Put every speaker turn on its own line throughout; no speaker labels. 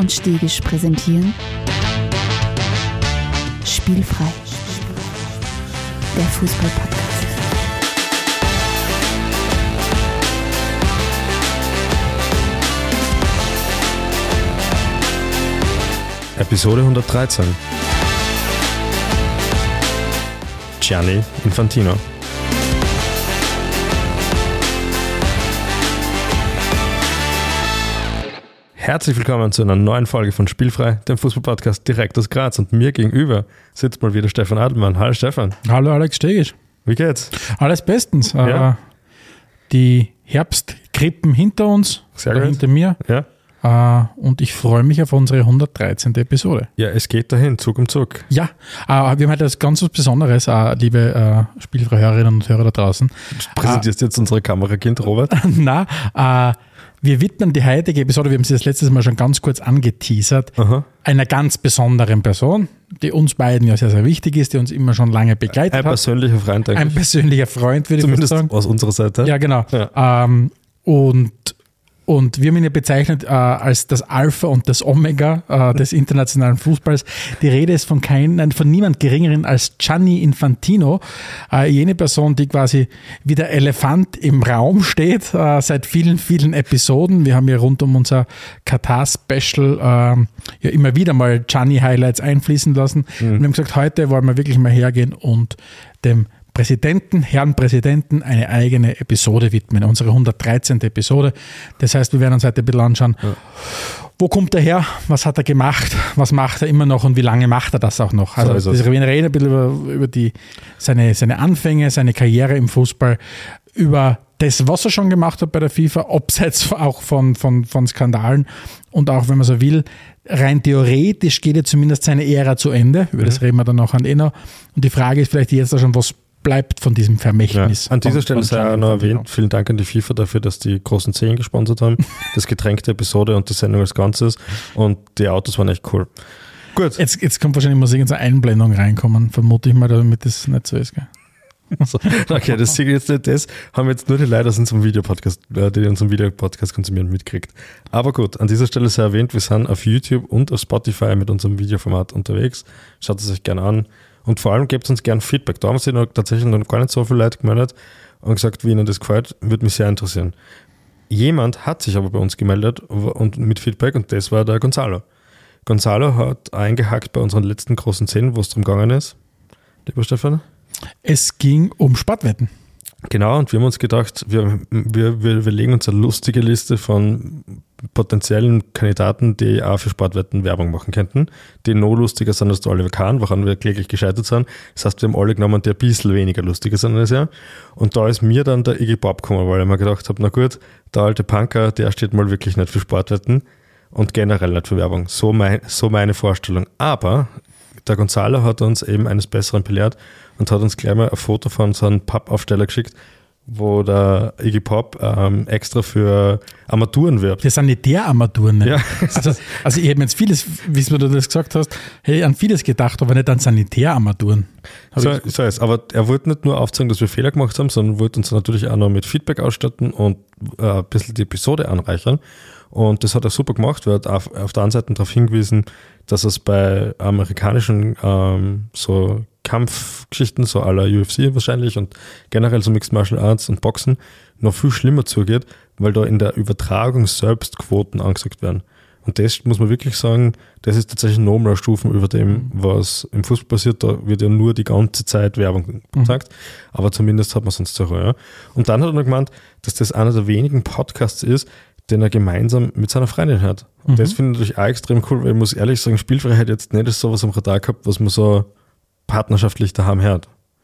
und Stegisch präsentieren Spielfrei, der Fußball-Podcast.
Episode 113. Gianni Infantino. Herzlich willkommen zu einer neuen Folge von Spielfrei, dem Fußball-Podcast direkt aus Graz. Und mir gegenüber sitzt mal wieder Stefan Adelmann. Hallo Stefan.
Hallo Alex Stegisch.
Wie geht's?
Alles bestens.
Ja.
Die Herbstkrippen hinter uns,
Sehr
oder
gut.
hinter mir.
Ja.
Und ich freue mich auf unsere 113. Episode.
Ja, es geht dahin, Zug um Zug.
Ja, wir haben heute etwas ganz was Besonderes, liebe spielfreie Hörerinnen und Hörer da draußen.
Du präsentierst jetzt unsere Kamerakind Robert.
Wir widmen die heutige Episode, wir haben sie das letztes Mal schon ganz kurz angeteasert, einer ganz besonderen Person, die uns beiden ja sehr, sehr wichtig ist, die uns immer schon lange begleitet hat.
Ein persönlicher Freund, denke ich.
Ein persönlicher Freund, würde ich
Zumindest
sagen.
aus unserer Seite.
Ja, genau.
Ja.
Und wir haben ihn ja bezeichnet als das Alpha und das Omega des internationalen Fußballs. Die Rede ist von niemand Geringeren als Gianni Infantino, jene Person, die quasi wie der Elefant im Raum steht, seit vielen, vielen Episoden. Wir haben ja rund um unser Katar-Special ja immer wieder mal Gianni-Highlights einfließen lassen. Und wir haben gesagt, heute wollen wir wirklich mal hergehen und dem Herrn Präsidenten, eine eigene Episode widmen, unsere 113. Episode. Das heißt, wir werden uns heute ein bisschen anschauen, wo kommt er her, was hat er gemacht, was macht er immer noch und wie lange macht er das auch noch. Also wir reden ein bisschen über seine Anfänge, seine Karriere im Fußball, über das, was er schon gemacht hat bei der FIFA, abseits auch von Skandalen und auch, wenn man so will, rein theoretisch geht ja zumindest seine Ära zu Ende. Über das reden wir dann noch noch. Und die Frage ist vielleicht jetzt auch schon, was bleibt von diesem Vermächtnis.
Ja. An dieser Stelle sei auch noch erwähnt, vielen Dank an die FIFA dafür, dass die großen 10 gesponsert haben, das Getränk der Episode und die Sendung als Ganzes, und die Autos waren echt cool. Gut. Jetzt
kommt wahrscheinlich Musik in so eine Einblendung reinkommen, vermute ich mal, damit das nicht so ist. Gell?
Also, okay, das sehe ich jetzt nicht. Das haben jetzt nur die Leute aus unserem Videopodcast, die unseren Videopodcast konsumieren, mitkriegt. Aber gut, an dieser Stelle sei erwähnt, wir sind auf YouTube und auf Spotify mit unserem Videoformat unterwegs. Schaut es euch gerne an. Und vor allem gebt uns gerne Feedback. Da haben sich tatsächlich noch gar nicht so viele Leute gemeldet und gesagt, wie ihnen das gefällt, würde mich sehr interessieren. Jemand hat sich aber bei uns gemeldet und mit Feedback, und das war der Gonzalo. Gonzalo hat eingehakt bei unseren letzten großen 10, wo es darum gegangen ist. Lieber Stefan?
Es ging um Sportwetten.
Genau, und wir haben uns gedacht, wir legen uns eine lustige Liste von potenziellen Kandidaten, die auch für Sportwetten Werbung machen könnten, die noch lustiger sind als der Oliver Kahn, woran wir kläglich gescheitert sind. Das heißt, wir haben alle genommen, die ein bisschen weniger lustiger sind als er. Und da ist mir dann der Iggy Pop gekommen, weil ich mir gedacht habe, na gut, der alte Punker, der steht mal wirklich nicht für Sportwetten und generell nicht für Werbung. So meine Vorstellung. Aber der Gonzalo hat uns eben eines Besseren belehrt und hat uns gleich mal ein Foto von so einem Pappaufsteller geschickt, wo der Iggy Pop extra für Armaturen wirbt.
Das sind nicht der Armaturen. Ne?
Ja.
Also ich habe jetzt vieles, wie du das gesagt hast, hätte ich an vieles gedacht, aber nicht an Sanitärarmaturen.
So ist. Aber er wollte nicht nur aufzeigen, dass wir Fehler gemacht haben, sondern wollte uns natürlich auch noch mit Feedback ausstatten und ein bisschen die Episode anreichern. Und das hat er super gemacht. Er hat auf der einen Seite darauf hingewiesen, dass es bei amerikanischen so Kampfgeschichten, so à la UFC wahrscheinlich und generell so Mixed Martial Arts und Boxen noch viel schlimmer zugeht, weil da in der Übertragung selbst Quoten angesagt werden. Und das muss man wirklich sagen, das ist tatsächlich noch mal Stufen über dem, was im Fußball passiert. Da wird ja nur die ganze Zeit Werbung gesagt, aber zumindest hat man sonst so. Ja. Und dann hat er noch gemeint, dass das einer der wenigen Podcasts ist, den er gemeinsam mit seiner Freundin hört. Und das finde ich natürlich auch extrem cool, weil ich muss ehrlich sagen, Spielfreiheit jetzt nicht ist sowas am Radar gehabt, was man so partnerschaftlich daheim hört.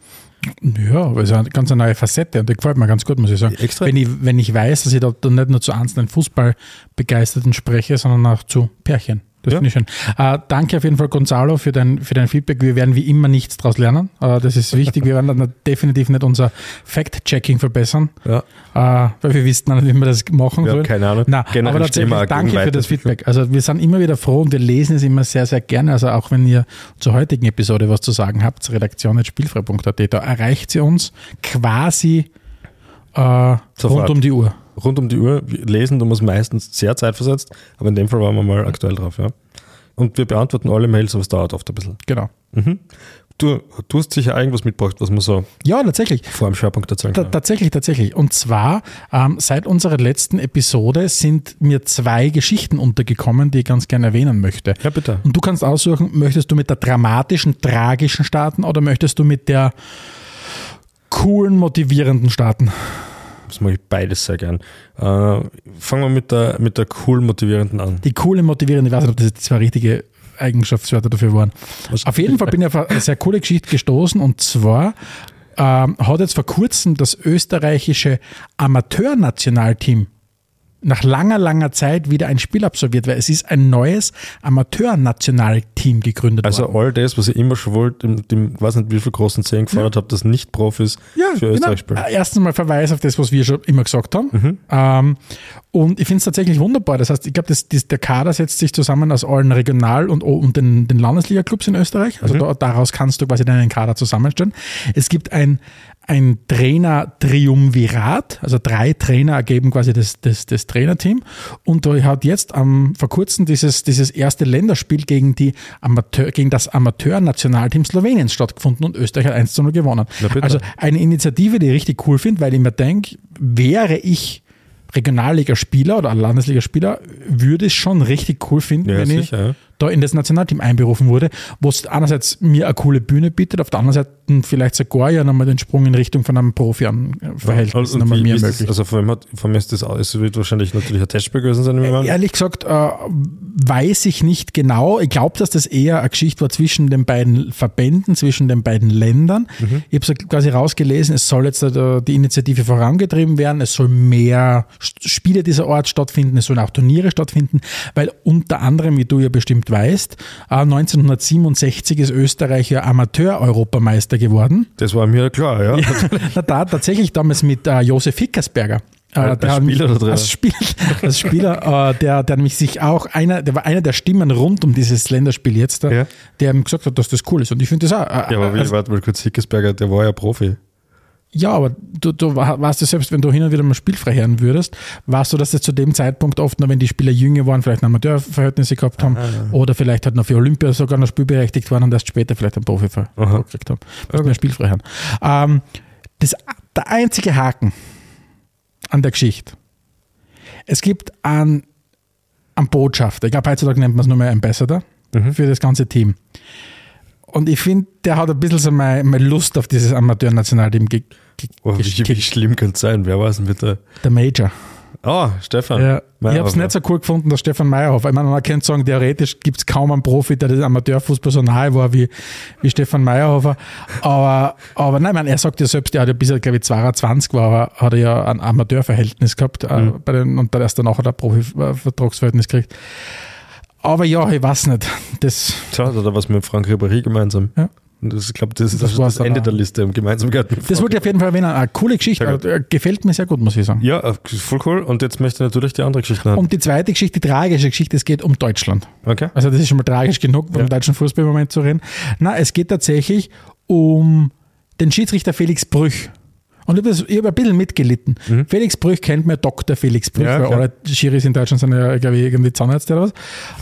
Ja, aber es ist eine ganz neue Facette und die gefällt mir ganz gut, muss ich sagen.
Extra.
Wenn ich weiß, dass ich da nicht nur zu einzelnen Fußballbegeisterten spreche, sondern auch zu Pärchen. Das finde ich schön. Danke auf jeden Fall, Gonzalo, für dein Feedback. Wir werden wie immer nichts daraus lernen. Das ist wichtig. Wir werden dann definitiv nicht unser Fact-Checking verbessern, weil wir wissen nicht, wie wir das machen sollen.
Keine Ahnung.
Nein, aber tatsächlich danke für das Feedback. Also wir sind immer wieder froh und wir lesen es immer sehr, sehr gerne. Also auch wenn ihr zur heutigen Episode was zu sagen habt, redaktion@spielfrei.at, da erreicht sie uns quasi rund um die Uhr.
rund um die Uhr lesen, du musst meistens sehr zeitversetzt, aber in dem Fall waren wir mal aktuell drauf, ja. Und wir beantworten alle Mails, aber es dauert oft ein bisschen.
Genau.
Mhm. Du hast sicher irgendwas mitgebracht, was man so
tatsächlich.
vor dem Schwerpunkt erzählen kann.
Tatsächlich. Und zwar, seit unserer letzten Episode sind mir 2 Geschichten untergekommen, die ich ganz gerne erwähnen möchte.
Ja, bitte.
Und du kannst aussuchen, möchtest du mit der dramatischen, tragischen starten oder möchtest du mit der coolen, motivierenden starten?
Das mag ich beides sehr gern. Fangen wir mit der cool motivierenden an.
Die coole, motivierende, ich weiß nicht, ob das jetzt 2 richtige Eigenschaftswörter dafür waren. Auf jeden Fall bin ich auf eine sehr coole Geschichte gestoßen, und zwar hat jetzt vor kurzem das österreichische Amateurnationalteam nach langer Zeit wieder ein Spiel absolviert, weil es ist ein neues Amateurnationalteam gegründet worden.
Also all das, was ich immer schon wollte, weiß nicht wie viel großen Zehen gefordert habe, dass Nicht-Profis für Österreich spielen.
Erstens mal Verweis auf das, was wir schon immer gesagt haben. Und ich finde es tatsächlich wunderbar. Das heißt, ich glaube, der Kader setzt sich zusammen aus allen Regional- und den Landesliga-Clubs in Österreich. Also daraus kannst du quasi deinen Kader zusammenstellen. Es gibt ein Trainer-Triumvirat, also 3 Trainer ergeben quasi das Trainerteam, und da hat jetzt vor kurzem dieses erste Länderspiel gegen das Amateur-Nationalteam Sloweniens stattgefunden und Österreich hat 1:0 gewonnen. Also eine Initiative, die ich richtig cool finde, weil ich mir denke, wäre ich Regionalligaspieler oder Landesligaspieler, würde es schon richtig cool finden, wenn ich da in das Nationalteam einberufen wurde, wo es einerseits mir eine coole Bühne bietet, auf der anderen Seite vielleicht sogar ja nochmal den Sprung in Richtung von einem Profi-Verhältnis nochmal mehr möglich.
Also vor allem ist das, es wird wahrscheinlich natürlich ein Testspiel gewesen sein.
Ehrlich gesagt weiß ich nicht genau. Ich glaube, dass das eher eine Geschichte war zwischen den beiden Verbänden, zwischen den beiden Ländern. Ich habe so quasi rausgelesen, es soll jetzt die Initiative vorangetrieben werden, es soll mehr Spiele dieser Art stattfinden, es sollen auch Turniere stattfinden, weil unter anderem, wie du ja bestimmt weißt, 1967 ist Österreich ja Amateur-Europameister geworden.
Das war mir klar, ja.
Tatsächlich damals mit Josef Hickersberger. Als Spieler, der nämlich sich auch der war einer der Stimmen rund um dieses Länderspiel jetzt, der ihm gesagt hat, dass das cool ist. Und ich finde das auch.
Warte mal kurz, Hickersberger, der war ja Profi.
Ja, aber du weißt ja selbst, wenn du hin und wieder mal spielfrei hören würdest, weißt du, dass das zu dem Zeitpunkt oft noch, wenn die Spieler jünger waren, vielleicht noch Amateurverhältnisse gehabt haben oder vielleicht halt noch für Olympia sogar noch spielberechtigt waren und erst später vielleicht einen Profivertrag gekriegt haben. Du musst mehr spielfrei hören. Der einzige Haken an der Geschichte: Es gibt einen Botschafter, ich glaube heutzutage nennt man es nur mehr Ambassador für das ganze Team. Und ich finde, der hat ein bisschen so meine Lust auf dieses Amateur-Nationalteam
wie schlimm kann es sein? Wer war es denn bitte?
Der Major.
Stefan.
Ja, ich habe es nicht so cool gefunden, dass Stefan Meyerhofer, ich meine, man kann sagen, theoretisch gibt es kaum einen Profi, der das Amateurfußball so nahe war wie Stefan Meyerhofer. Aber nein, man, er sagt ja selbst, er hat ja bis er, glaube ich, 22 war, hat er ja ein Amateurverhältnis gehabt und dann erst danach hat er ein Profivertragsverhältnis gekriegt. Aber ja, ich weiß nicht. Das
hat er was mit Frank Ribéry gemeinsam. Ja. Ich glaube, das ist das Ende der Liste im Gemeinsamkeiten.
Das wollte ich auf jeden Fall erwähnen. Eine coole Geschichte. Gefällt mir sehr gut, muss ich sagen.
Ja, voll cool. Und jetzt möchte ich natürlich die andere Geschichte haben.
Und die zweite Geschichte, die tragische Geschichte, es geht um Deutschland.
Okay.
Also das ist schon mal tragisch genug, vom deutschen Fußball im Moment zu reden. Nein, es geht tatsächlich um den Schiedsrichter Felix Brüch. Und ich habe ein bisschen mitgelitten. Felix Brüch kennt man, Dr. Felix Brüch, weil alle Schiris in Deutschland sind ja, glaube ich, irgendwie Zahnärzte oder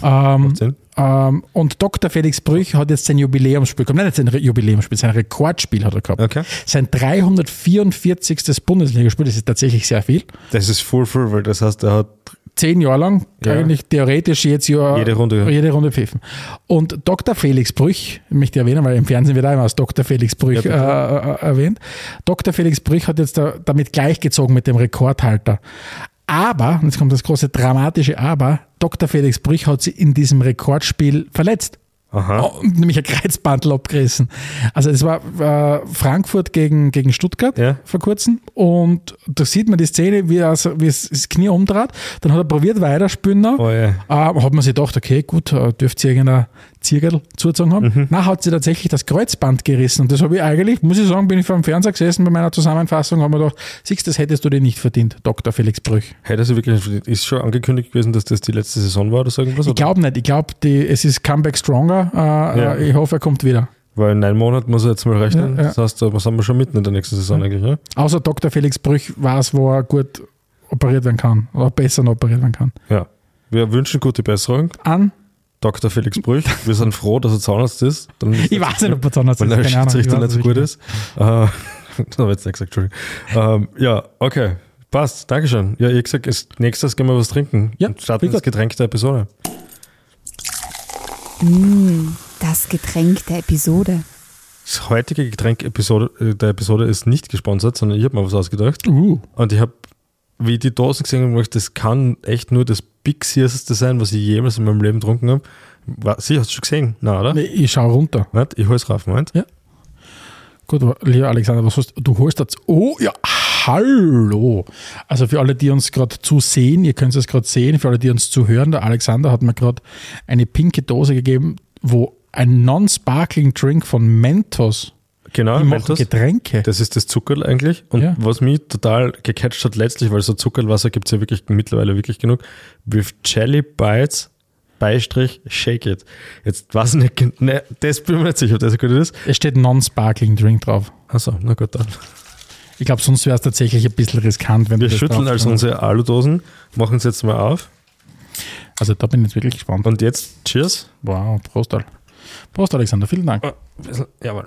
was. Und Dr. Felix Brüch hat jetzt sein Jubiläumsspiel gehabt. Nein, nicht sein Jubiläumsspiel, sein Rekordspiel hat er gehabt.
Okay.
Sein 344. Bundesligaspiel, das ist tatsächlich sehr viel.
Das ist voll, weil das heißt, er hat
10 Jahre lang, eigentlich theoretisch jede Runde pfiffen. Und Dr. Felix Brüch, ich möchte erwähnen, weil im Fernsehen wird auch immer als Dr. Felix Brüch erwähnt. Dr. Felix Brüch hat jetzt damit gleichgezogen mit dem Rekordhalter. Aber, und jetzt kommt das große dramatische Aber, Dr. Felix Brüch hat sich in diesem Rekordspiel verletzt. Nämlich ein Kreuzbandel abgerissen. Also es war Frankfurt gegen Stuttgart vor kurzem und da sieht man die Szene, wie er das Knie umdreht. Dann hat er probiert weiterspielen. Hat man sich gedacht, okay, gut, dürfte irgendein Ziergerl zugezogen haben. Nein, hat sie tatsächlich das Kreuzband gerissen. Und das habe ich eigentlich, muss ich sagen, bin ich vor dem Fernseher gesessen bei meiner Zusammenfassung, habe mir gedacht, siehst, das hättest du dir nicht verdient, Dr. Felix Brüch.
Hättest du wirklich nicht verdient? Ist schon angekündigt gewesen, dass das die letzte Saison war oder so irgendwas?
Ich glaube nicht. Ich glaube, es ist Comeback Stronger. Ich hoffe, er kommt wieder.
Weil in 9 Monaten muss er jetzt mal rechnen. Das heißt, was haben wir schon mitten in der nächsten Saison eigentlich? Ja?
Außer Dr. Felix Brüch war es, wo er gut operiert werden kann oder besser noch operiert werden kann.
Ja. Wir wünschen gute Besserung.
An?
Dr. Felix Brüch. Wir sind froh, dass er Zahnarzt ist.
Ich weiß nicht, ob er Zahnarzt ist.
Weil der Schiedsrichter nicht so gut ist. Das habe ich jetzt nicht gesagt, Entschuldigung. Ja, okay. Passt. Dankeschön. Ja, ich gesagt, als nächstes gehen wir was trinken.
Ja,
und starten das Getränk der Episode.
Das Getränk der Episode.
Das heutige Getränk der Episode ist nicht gesponsert, sondern ich habe mir was ausgedacht. Und ich habe, wie ich die Dosen gesehen habe, gedacht, das kann echt nur das Bixierste sein, was ich jemals in meinem Leben getrunken habe. Sie, hast du schon gesehen? Nein, oder?
Nee, ich schaue runter.
Warte, ich hole es rauf, Moment.
Ja. Gut, lieber Alexander, was hast du? Du holst jetzt. Oh, ja, hallo. Also für alle, die uns gerade zusehen, ihr könnt es gerade sehen, für alle, die uns zuhören, der Alexander hat mir gerade eine pinke Dose gegeben, wo ein Non-Sparkling Drink von Mentos.
Genau,
Die machen
Mentos.
Getränke.
Das ist das Zuckerl eigentlich. Und
Ja.
was mich total gecatcht hat letztlich, weil so Zuckerlwasser gibt es ja wirklich mittlerweile wirklich genug, with Jelly Bites Beistrich Shake It. Jetzt weiß ich nicht, ne, das bin ich mir nicht sicher, ob das gut ist.
Es steht Non-Sparkling Drink drauf.
Achso, na gut, dann.
Ich glaube, sonst wäre es tatsächlich ein bisschen riskant, wenn
Wir
du das
schütteln
drauf
also unsere Aludosen, machen es jetzt mal auf.
Also da bin ich jetzt wirklich gespannt.
Und jetzt, cheers.
Wow, Prost, Prost, Alexander, vielen Dank.
Jawohl.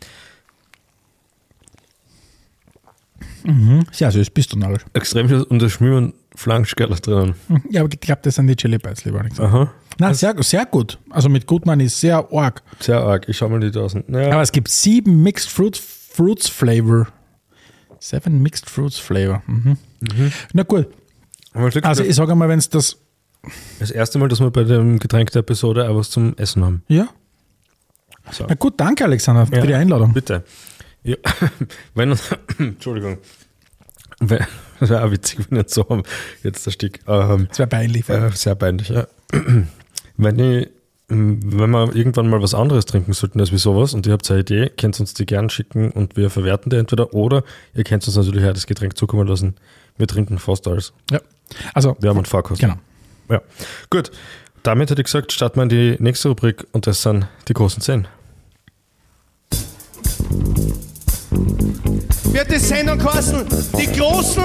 Sehr süß, bist du narrisch.
Extrem süß und da schwimmen Flankschgerler drinnen.
Ja, aber ich glaube, das sind die Chili Bites, lieber Alexander.
Aha.
Nein, sehr gut. Also mit gut meine ich sehr arg.
Sehr arg. Ich schau mal die Dosen. Naja.
Aber es gibt 7 Mixed Fruits Flavor. 7 Mixed Fruits Flavor. Na gut. Also ich sage mal, wenn es das...
Das erste Mal, dass wir bei dem Getränk der Episode auch was zum Essen haben.
Ja?
So.
Na gut, danke Alexander für die Einladung.
Bitte. Ja. Entschuldigung. Das wäre auch witzig, wenn ich so jetzt der Stick.
Das wäre peinlich.
Sehr peinlich, ja. Wenn wir irgendwann mal was anderes trinken sollten als wie sowas und ihr habt eine Idee, könnt ihr uns die gerne schicken und wir verwerten die entweder oder ihr könnt uns natürlich auch das Getränk zukommen lassen. Wir trinken fast alles.
Ja. Also,
Wir haben einen Vorkost.
genau.
Ja. Gut. Damit hätte ich gesagt, starten wir in die nächste Rubrik und das sind die großen 10.
Wird die Sendung kosten? Die Großen!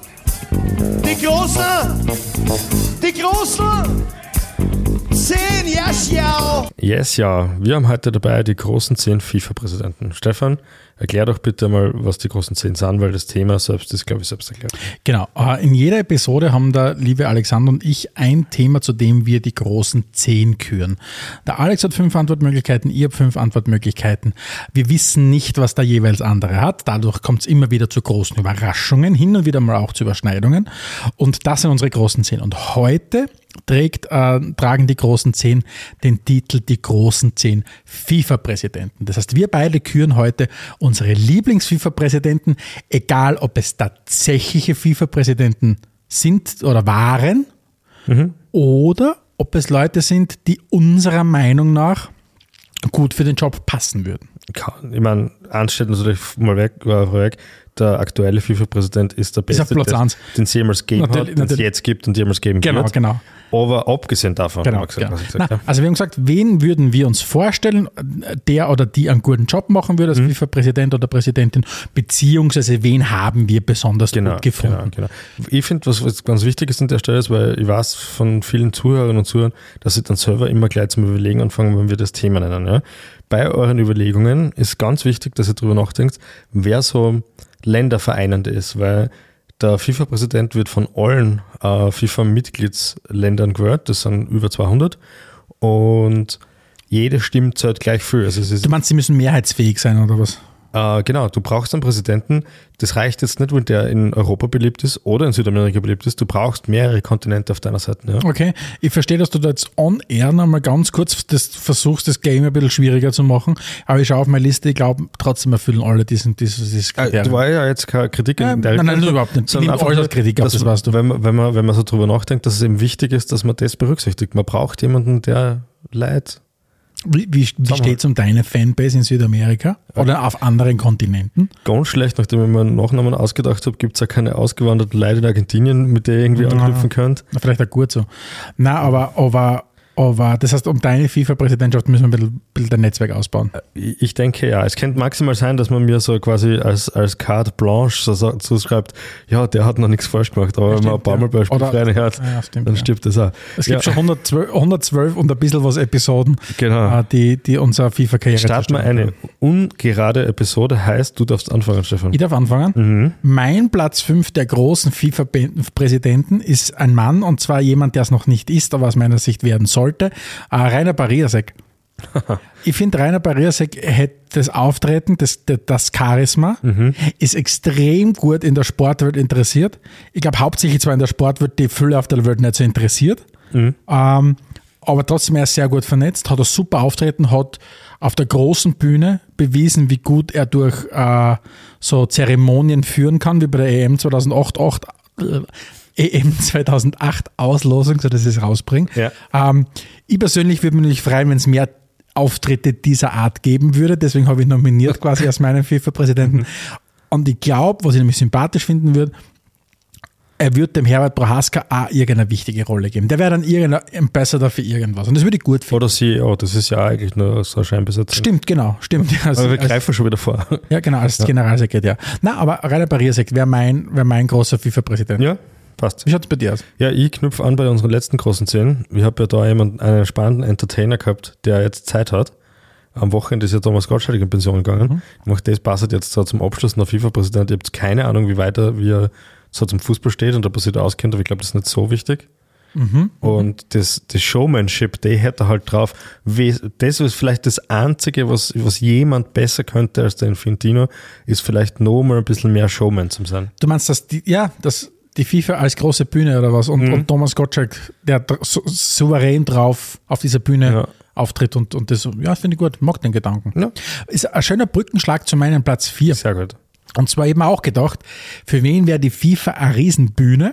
Yes, ja. Wir haben heute dabei die großen 10 FIFA-Präsidenten. Stefan, erklär doch bitte mal, was die großen 10 sind, weil das Thema selbst ist, glaube ich, selbst erklärt.
Genau. In jeder Episode haben der liebe Alexander und ich ein Thema, zu dem wir die großen 10 küren. Der Alex hat 5 Antwortmöglichkeiten, ich habe 5 Antwortmöglichkeiten. Wir wissen nicht, was der jeweils andere hat. Dadurch kommt es immer wieder zu großen Überraschungen, hin und wieder mal auch zu Überschneidungen. Und das sind unsere großen 10. Und heute tragen die großen 10 den Titel Die großen 10 FIFA-Präsidenten. Das heißt, wir beide küren heute unsere Lieblings-FIFA-Präsidenten, egal ob es tatsächliche FIFA-Präsidenten sind oder waren oder ob es Leute sind, die unserer Meinung nach gut für den Job passen würden.
Ich meine, eins steht natürlich mal vorweg, der aktuelle FIFA-Präsident ist der beste,
auf Platz 1.
den es jemals gegeben hat, den es
natürlich.
jetzt gibt und jemals geben wird.
Genau.
Aber abgesehen davon,
Genau,
haben wir gesagt,
genau.
was ich gesagt habe.
Also wir haben gesagt, wen würden wir uns vorstellen, der oder die einen guten Job machen würde als FIFA-Präsident oder Präsidentin, beziehungsweise wen haben wir besonders gut gefunden.
Genau. Ich finde, was ganz wichtig ist an der Stelle ist, weil ich weiß von vielen Zuhörerinnen und Zuhörern, dass sie dann selber immer gleich zum Überlegen anfangen, wenn wir das Thema nennen. Ja? Bei euren Überlegungen ist ganz wichtig, dass ihr darüber nachdenkt, wer so ländervereinend ist, weil der FIFA-Präsident wird von allen FIFA-Mitgliedsländern gewählt, das sind über 200 und jede Stimme zählt gleich viel. Also es ist,
Du meinst, sie müssen mehrheitsfähig sein oder was?
genau, du brauchst einen Präsidenten, das reicht jetzt nicht, wenn der in Europa beliebt ist oder in Südamerika beliebt ist, du brauchst mehrere Kontinente auf deiner Seite. Ja?
Okay, ich verstehe, dass du da jetzt on air nochmal ganz kurz versuchst, das Game ein bisschen schwieriger zu machen, aber ich schaue auf meine Liste, ich glaube, trotzdem erfüllen alle dieses Kriterium.
Du war ja jetzt keine Kritik in der
Nein, überhaupt nicht. Ich
sondern
nehme alles als Kritik ab, das weißt du.
Wenn man so drüber nachdenkt, dass es eben wichtig ist, dass man das berücksichtigt. Man braucht jemanden, der Leid.
Wie steht es um deine Fanbase in Südamerika oder auf anderen Kontinenten?
Ganz schlecht, nachdem ich mir einen Nachnamen ausgedacht habe, gibt es ja keine ausgewanderten Leute in Argentinien, mit der ihr irgendwie anknüpfen könnt.
Na, vielleicht auch gut so. Nein, aber Aber das heißt, um deine FIFA-Präsidentschaft müssen wir ein bisschen dein Netzwerk ausbauen.
Ich denke ja. Es könnte maximal sein, dass man mir so quasi als Carte Blanche so zuschreibt, ja, der hat noch nichts falsch gemacht, aber wenn man ein paar Mal beispielsweise reinhört, dann stimmt das auch.
Es gibt schon 112 und ein bisschen was Episoden,
genau,
die unsere FIFA-Karriere
starten wir eine ungerade Episode, heißt, du darfst anfangen, Stefan.
Ich darf anfangen. Mein Platz 5 der großen FIFA-Präsidenten ist ein Mann, und zwar jemand, der es noch nicht ist, aber aus meiner Sicht werden sollte. Rainer Pariasek. Ich finde, Rainer Pariasek hätte das Auftreten, das Charisma, ist extrem gut in der Sportwelt interessiert. Ich glaube, hauptsächlich zwar in der Sportwelt, die viele auf der Welt nicht so interessiert, aber trotzdem er ist sehr gut vernetzt, hat ein super Auftreten, hat auf der großen Bühne bewiesen, wie gut er durch so Zeremonien führen kann, wie bei der EM 2008 Auslosung, so dass ich es rausbringe. Ja. Ich persönlich würde mich natürlich freuen, wenn es mehr Auftritte dieser Art geben würde. Deswegen habe ich nominiert quasi als meinen FIFA-Präsidenten. Und ich glaube, was ich nämlich sympathisch finden würde, er wird dem Herbert Prohaska auch irgendeine wichtige Rolle geben. Der wäre dann irgendein Ambassador für irgendwas. Und das würde ich gut finden.
Oder CEO, das ist ja eigentlich nur so ein Scheinbesetzung.
Stimmt, genau. Stimmt.
Aber wir greifen schon wieder vor.
Ja, genau, als Generalsekretär. Na, aber Rainer Pariasek wäre mein großer FIFA-Präsident.
Ja, passt.
Wie schaut es bei dir aus?
Ja, ich knüpfe an bei unseren letzten großen Szenen. Ich habe ja da einen spannenden Entertainer gehabt, der jetzt Zeit hat. Am Wochenende ist ja Thomas Gottschalk in Pension gegangen. Das passt jetzt so zum Abschluss nach FIFA-Präsident. Ich habe keine Ahnung, wie er so zum Fußball steht und ob er sich da auskennt, aber ich glaube, das ist nicht so wichtig. Und das Showmanship, der hätte halt drauf. Das ist vielleicht das Einzige, was jemand besser könnte als der Infantino, ist vielleicht noch mal ein bisschen mehr Showman zu sein.
Du meinst, dass die FIFA als große Bühne oder was und Thomas Gottschalk, der souverän drauf auf dieser Bühne auftritt und das, ja, finde ich gut, mag den Gedanken. Ja. Ist ein schöner Brückenschlag zu meinem Platz 4.
Sehr gut.
Und zwar eben auch gedacht, für wen wäre die FIFA eine Riesenbühne?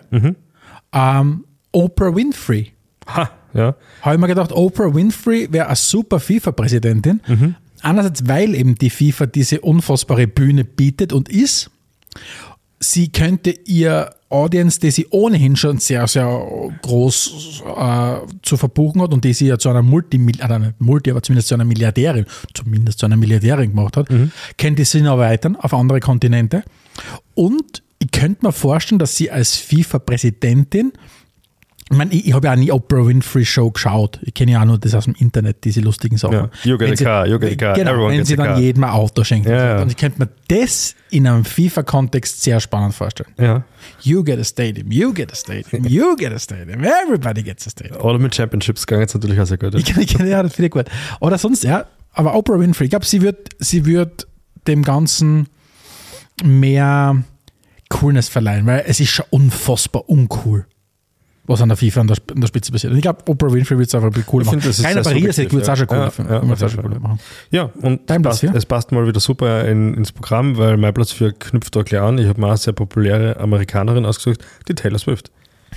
Oprah Winfrey.
Ha, ja.
Habe ich mir gedacht, Oprah Winfrey wäre eine super FIFA-Präsidentin. Einerseits, weil eben die FIFA diese unfassbare Bühne bietet und ist. Sie könnte ihr Audience, die sie ohnehin schon sehr, sehr groß zu verbuchen hat und die sie ja zu einer aber zumindest zu einer Milliardärin gemacht hat, könnte sie noch erweitern auf andere Kontinente. Und ich könnte mir vorstellen, dass sie als FIFA-Präsidentin, ich habe ja auch nie Oprah Winfrey Show geschaut. Ich kenne ja auch nur das aus dem Internet, diese lustigen Sachen.
Ja, you get a car.
Genau, wenn sie dann jedem ein Auto schenkt. Ja. Und ich könnte mir das in einem FIFA-Kontext sehr spannend vorstellen.
Ja.
You get a stadium, you get a stadium, you get a stadium, everybody gets a stadium.
Oder mit Championships gegangen jetzt natürlich auch sehr gut.
Ja, das finde ich gut. Oder sonst, ja, aber Oprah Winfrey, ich glaube, sie wird dem Ganzen mehr Coolness verleihen, weil es ist schon unfassbar uncool, was an der FIFA an der Spitze passiert. Und ich glaube, Oprah Winfrey wird es einfach cool machen. Rainer Pariasek wird es auch schon cool machen.
Ja, und es passt mal wieder super ins Programm, weil mein Platz 4 knüpft da gleich an. Ich habe mir eine sehr populäre Amerikanerin ausgesucht, die Taylor Swift.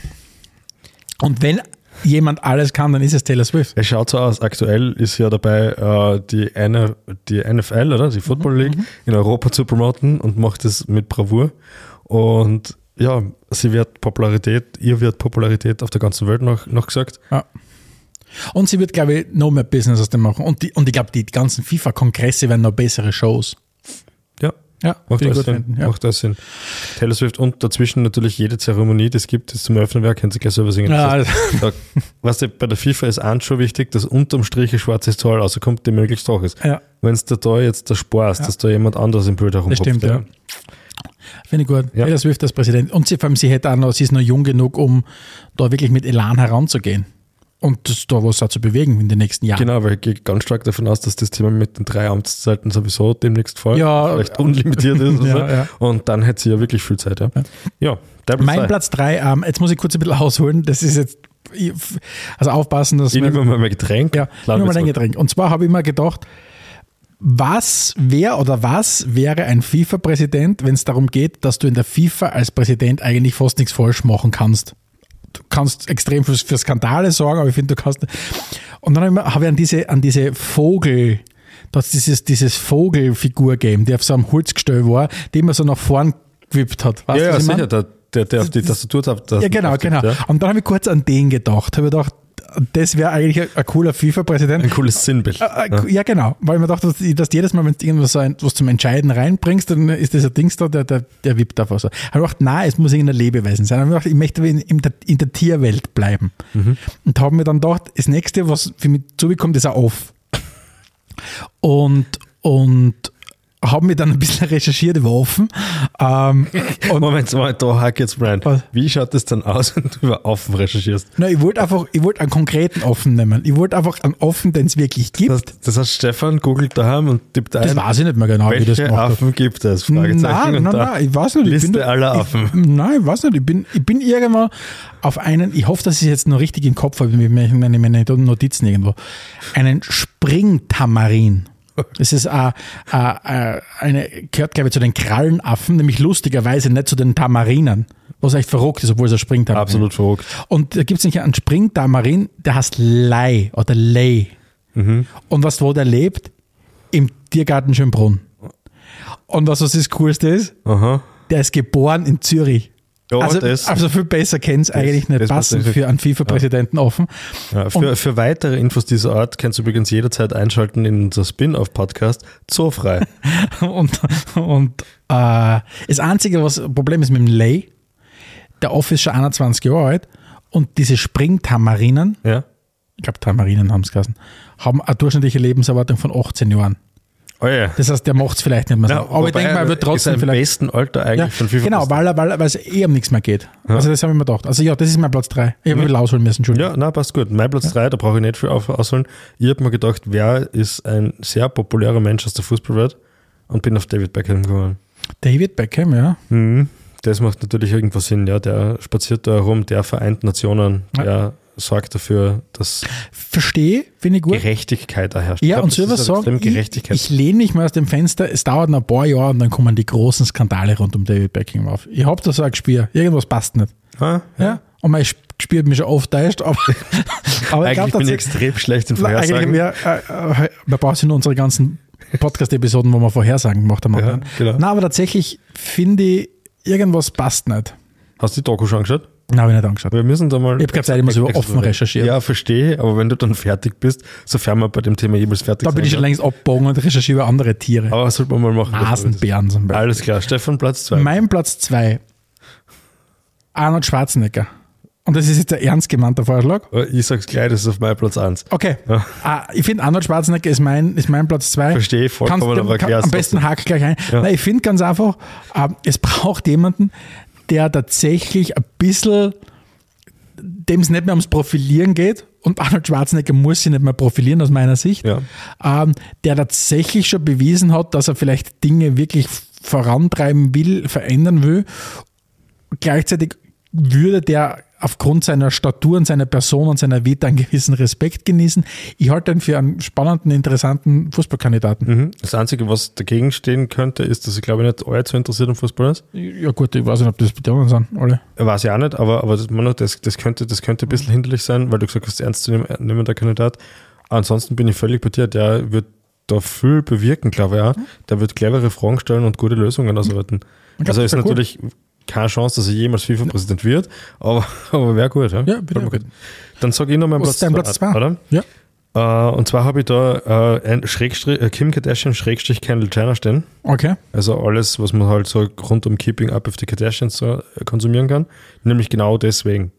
Und wenn jemand alles kann, dann ist es Taylor Swift.
Es schaut so aus. Aktuell ist ja dabei, die NFL, oder? Die Football League in Europa zu promoten und macht das mit Bravour. Und ja, ihr wird Popularität auf der ganzen Welt noch gesagt.
Ja. Und sie wird, glaube ich, noch mehr Business aus dem machen. Und ich glaube, die ganzen FIFA-Kongresse werden noch bessere Shows.
Ja, macht das Sinn. Taylor Swift und dazwischen natürlich jede Zeremonie, das gibt es zum Öffnen, wer kennt sich gleich selber singen.
Ja,
weißt du, bei der FIFA ist eins schon wichtig, dass unterm Strich ein schwarzes Zahl rauskommt, die möglichst hoch ist. Ja. Wenn es da jetzt der Spaß, dass da jemand anderes im Bild herumhopft.
Das stimmt, ja. Finde ich gut. Ja. Taylor Swift als Präsident. Und vor allem, sie ist noch jung genug, um da wirklich mit Elan heranzugehen. Und das da was auch zu bewegen in den nächsten Jahren.
Genau, weil ich gehe ganz stark davon aus, dass das Thema mit den 3 Amtszeiten sowieso demnächst vielleicht unlimitiert ist. Ja. Und dann hätte sie ja wirklich viel Zeit. Ja.
Mein Platz 3, jetzt muss ich kurz ein bisschen ausholen, das ist jetzt, also aufpassen, dass
ich nehme mal mein Getränk.
Ja, ich nehme mal ein Getränk. Und zwar habe ich mir gedacht, was wäre ein FIFA-Präsident, wenn es darum geht, dass du in der FIFA als Präsident eigentlich fast nichts falsch machen kannst? Du kannst extrem für Skandale sorgen, aber ich finde, du kannst. Und dann habe ich an diese Vogel, dass dieses Vogelfigur gegeben, die auf so einem Holzgestell war, die immer so nach vorn gewippt hat. Weißt
ja, sicher, der auf die Tastatur hat.
Ja, genau. Ja. Und dann habe ich kurz an den gedacht. Habe ich gedacht, das wäre eigentlich ein cooler FIFA-Präsident.
Ein cooles Sinnbild.
Ja, genau. Weil ich mir dachte, dass jedes Mal, wenn du irgendwas was zum Entscheiden reinbringst, dann ist das ein Dings da, der wippt davor so. Ich habe gedacht, nein, es muss irgendein Lebewesen sein. Ich möchte in der Tierwelt bleiben. Und habe mir dann gedacht, das nächste, was für mich zubekommt, ist ein Off. Und habe mir dann ein bisschen recherchiert über Offen.
Moment, da hack jetzt rein.
Was?
Wie schaut das dann aus, wenn du über Offen recherchierst?
Nein, ich wollte einen konkreten Offen nehmen. Ich wollte einfach einen Offen, den es wirklich gibt.
Das heißt, Stefan googelt daheim und tippt ein,
Das weiß ich nicht mehr genau, wie das
welche
gemacht
Affen gibt es? Fragezeichen.
Nein, ich weiß nicht.
Liste aller Affen.
Nein, ich weiß nicht. Ich bin irgendwann auf einen, ich hoffe, dass ich es jetzt noch richtig im Kopf habe, mit meine Notizen irgendwo, einen Springtamarin. Das ist gehört, glaube ich, zu den Krallenaffen, nämlich lustigerweise nicht zu den Tamarinen, was echt verrückt ist, obwohl es ein Springtamarin ist.
Absolut verrückt.
Und da gibt es nicht einen Springtamarin, der heißt Lei oder Lei. Und wo der lebt? Im Tiergarten Schönbrunn. Und was das Coolste ist?
Aha.
Der ist geboren in Zürich.
Ja,
also viel besser kann es eigentlich nicht passen für einen FIFA-Präsidenten Offen.
Ja, für weitere Infos dieser Art kannst du übrigens jederzeit einschalten in unser Spin-off-Podcast Zoofrei.
und das einzige Problem ist mit dem Lei, der Off ist schon 21 Jahre alt und diese Springtamarinen,
Ja.
ich glaube Tamarinen haben es geheißen, haben eine durchschnittliche Lebenserwartung von 18 Jahren.
Oh ja.
Das heißt, der macht es vielleicht nicht mehr so.
Ja,
aber ich denke mal, er wird trotzdem
ist
vielleicht.
Im besten Alter eigentlich von FIFA.
Genau, weil es um nichts mehr geht. Ja. Also das habe ich mir gedacht. Also ja, das ist mein Platz 3. Ich habe ein bisschen ausholen müssen, Entschuldigung.
Ja, nein, passt gut. Mein Platz 3, da brauche ich nicht viel ausholen. Ich habe mir gedacht, wer ist ein sehr populärer Mensch aus der Fußballwelt und bin auf David Beckham gekommen.
David Beckham, ja.
Das macht natürlich irgendwas Sinn, ja. Der spaziert da herum, der vereint Nationen, der sorgt dafür, dass
Verstehe, finde ich gut.
Gerechtigkeit erherrscht.
Ja, und so was sagen, ich lehne mich mal aus dem Fenster, es dauert noch ein paar Jahre und dann kommen die großen Skandale rund um David Beckham auf. Ich habe da so ein Gespür, irgendwas passt nicht. Ja? Und mein Gespür hat mich schon oft täuscht, aber
eigentlich bin ich extrem schlecht in Vorhersagen.
Man braucht sich nur unsere ganzen Podcast-Episoden, wo wir Vorhersagen gemacht haben.
Ja, genau.
Nein, aber tatsächlich finde ich, irgendwas passt nicht.
Hast du die Doku schon angeschaut?
Nein, habe ich nicht angeschaut.
Wir müssen da mal.
Ich habe keine Zeit, immer so offen recherchiert.
Ja, verstehe, aber wenn du dann fertig bist, sofern wir bei dem Thema jemals fertig sind.
Da bin ich schon längst abgebogen und recherchiere über andere Tiere.
Aber was sollte man mal machen?
Nasenbären zum Beispiel.
Alles klar, Stefan, Platz 2.
Mein Platz 2, Arnold Schwarzenegger. Und das ist jetzt ein ernst gemeinter Vorschlag.
Ich sag's gleich, das ist auf meinem Platz 1.
Okay. Ja. Ich finde, Arnold Schwarzenegger ist mein Platz 2.
Verstehe, vollkommen, aber erklär's.
Am besten hack gleich ein.
Ja.
Nein, ich finde ganz einfach, es braucht jemanden, der tatsächlich ein bisschen, dem es nicht mehr ums Profilieren geht, und Arnold Schwarzenegger muss sich nicht mehr profilieren aus meiner Sicht, der tatsächlich schon bewiesen hat, dass er vielleicht Dinge wirklich vorantreiben will, verändern will. Gleichzeitig würde der aufgrund seiner Statur und seiner Person und seiner Vita einen gewissen Respekt genießen. Ich halte ihn für einen spannenden, interessanten Fußballkandidaten.
Das Einzige, was dagegen stehen könnte, ist, dass ich glaube nicht allzu interessiert am Fußball ist.
Ja gut, ich weiß nicht, ob das Bedingungen sind, alle.
Weiß ich auch nicht, aber das könnte ein bisschen hinderlich sein, weil du gesagt hast, ernst zu nehmen, der Kandidat. Ansonsten bin ich völlig bei dir, der wird da viel bewirken, glaube ich auch. Der wird clevere Fragen stellen und gute Lösungen ausarbeiten. Also ist natürlich keine Chance, dass er jemals FIFA-Präsident wird, aber wäre gut. Ja, bitte. Gut. Dann sage ich noch meinen Platz 2, oder?
Ja.
Und zwar habe ich da ein Kim Kardashian / Kendall Jenner stehen.
Okay.
Also alles, was man halt so rund um Keeping Up with the Kardashians so konsumieren kann. Nämlich genau deswegen.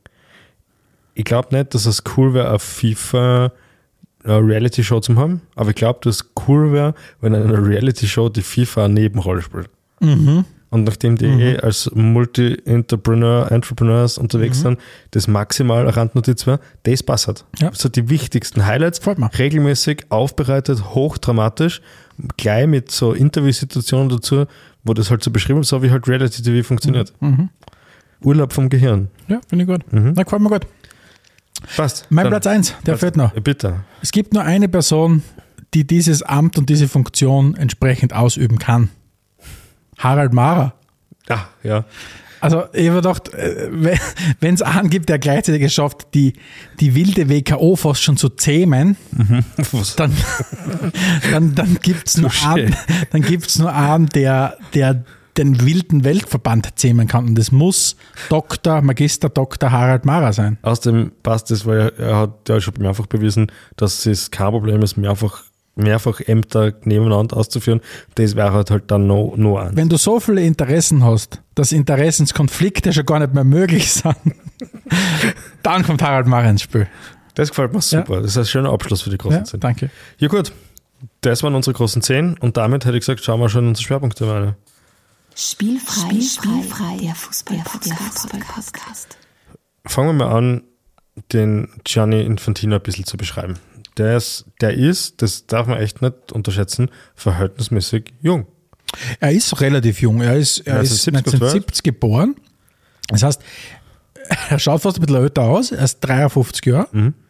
Ich glaube nicht, dass es cool wäre, auf FIFA eine Reality-Show zu haben, aber ich glaube, dass es cool wäre, wenn in einer Reality-Show die FIFA eine Nebenrolle spielt. Und nachdem die als Multi-Entrepreneurs unterwegs sind, das maximal eine Randnotiz wäre, das passt. Ja. So die wichtigsten Highlights, regelmäßig aufbereitet, hochdramatisch, gleich mit so Interviewsituationen dazu, wo das halt so beschrieben ist, so wie halt Reality-TV funktioniert. Urlaub vom Gehirn.
Ja, finde ich gut. Na, gefällt mir gut.
Passt.
Mein Platz 1, der fehlt noch.
Bitte.
Es gibt nur eine Person, die dieses Amt und diese Funktion entsprechend ausüben kann. Harald Mara.
Ja.
Also ich habe gedacht, wenn es einen gibt, der gleichzeitig es schafft, die wilde WKO fast schon zu zähmen, dann gibt es nur einen, der den wilden Weltverband zähmen kann. Und das muss Magister Dr. Harald Mara sein.
Außerdem passt das, weil er hat ja schon mehrfach bewiesen, dass es kein Problem ist, mehrfach Ämter nebeneinander auszuführen. Das wäre halt dann noch eins.
Wenn du so viele Interessen hast, dass Interessenskonflikte schon gar nicht mehr möglich sind, dann kommt Harald Mara ins Spiel.
Das gefällt mir super. Ja. Das ist ein schöner Abschluss für die großen 10.
Danke.
Ja gut, das waren unsere großen 10 und damit hätte ich gesagt, schauen wir schon unsere Schwerpunkte rein.
Spielfrei, der Fußball-Podcast.
Fangen wir mal an, den Gianni Infantino ein bisschen zu beschreiben. Der ist, das darf man echt nicht unterschätzen, verhältnismäßig jung.
Er ist relativ jung. Er ist 1970 geboren. Das heißt, er schaut fast ein bisschen älter aus. Er ist 53 Jahre.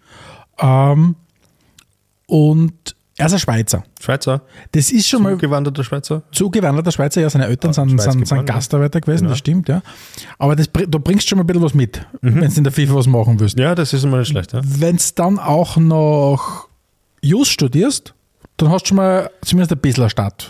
Und er ist ein Schweizer. Das ist schon
zugewanderter Schweizer?
Zugewanderter Schweizer, ja. Seine Eltern sind Gastarbeiter gewesen,
genau.
Das stimmt, ja. Aber du bringst schon mal ein bisschen was mit, wenn du in der FIFA was machen willst.
Ja, das ist immer nicht schlecht. Ja.
Wenn du dann auch noch Just studierst, dann hast du schon mal zumindest ein bisschen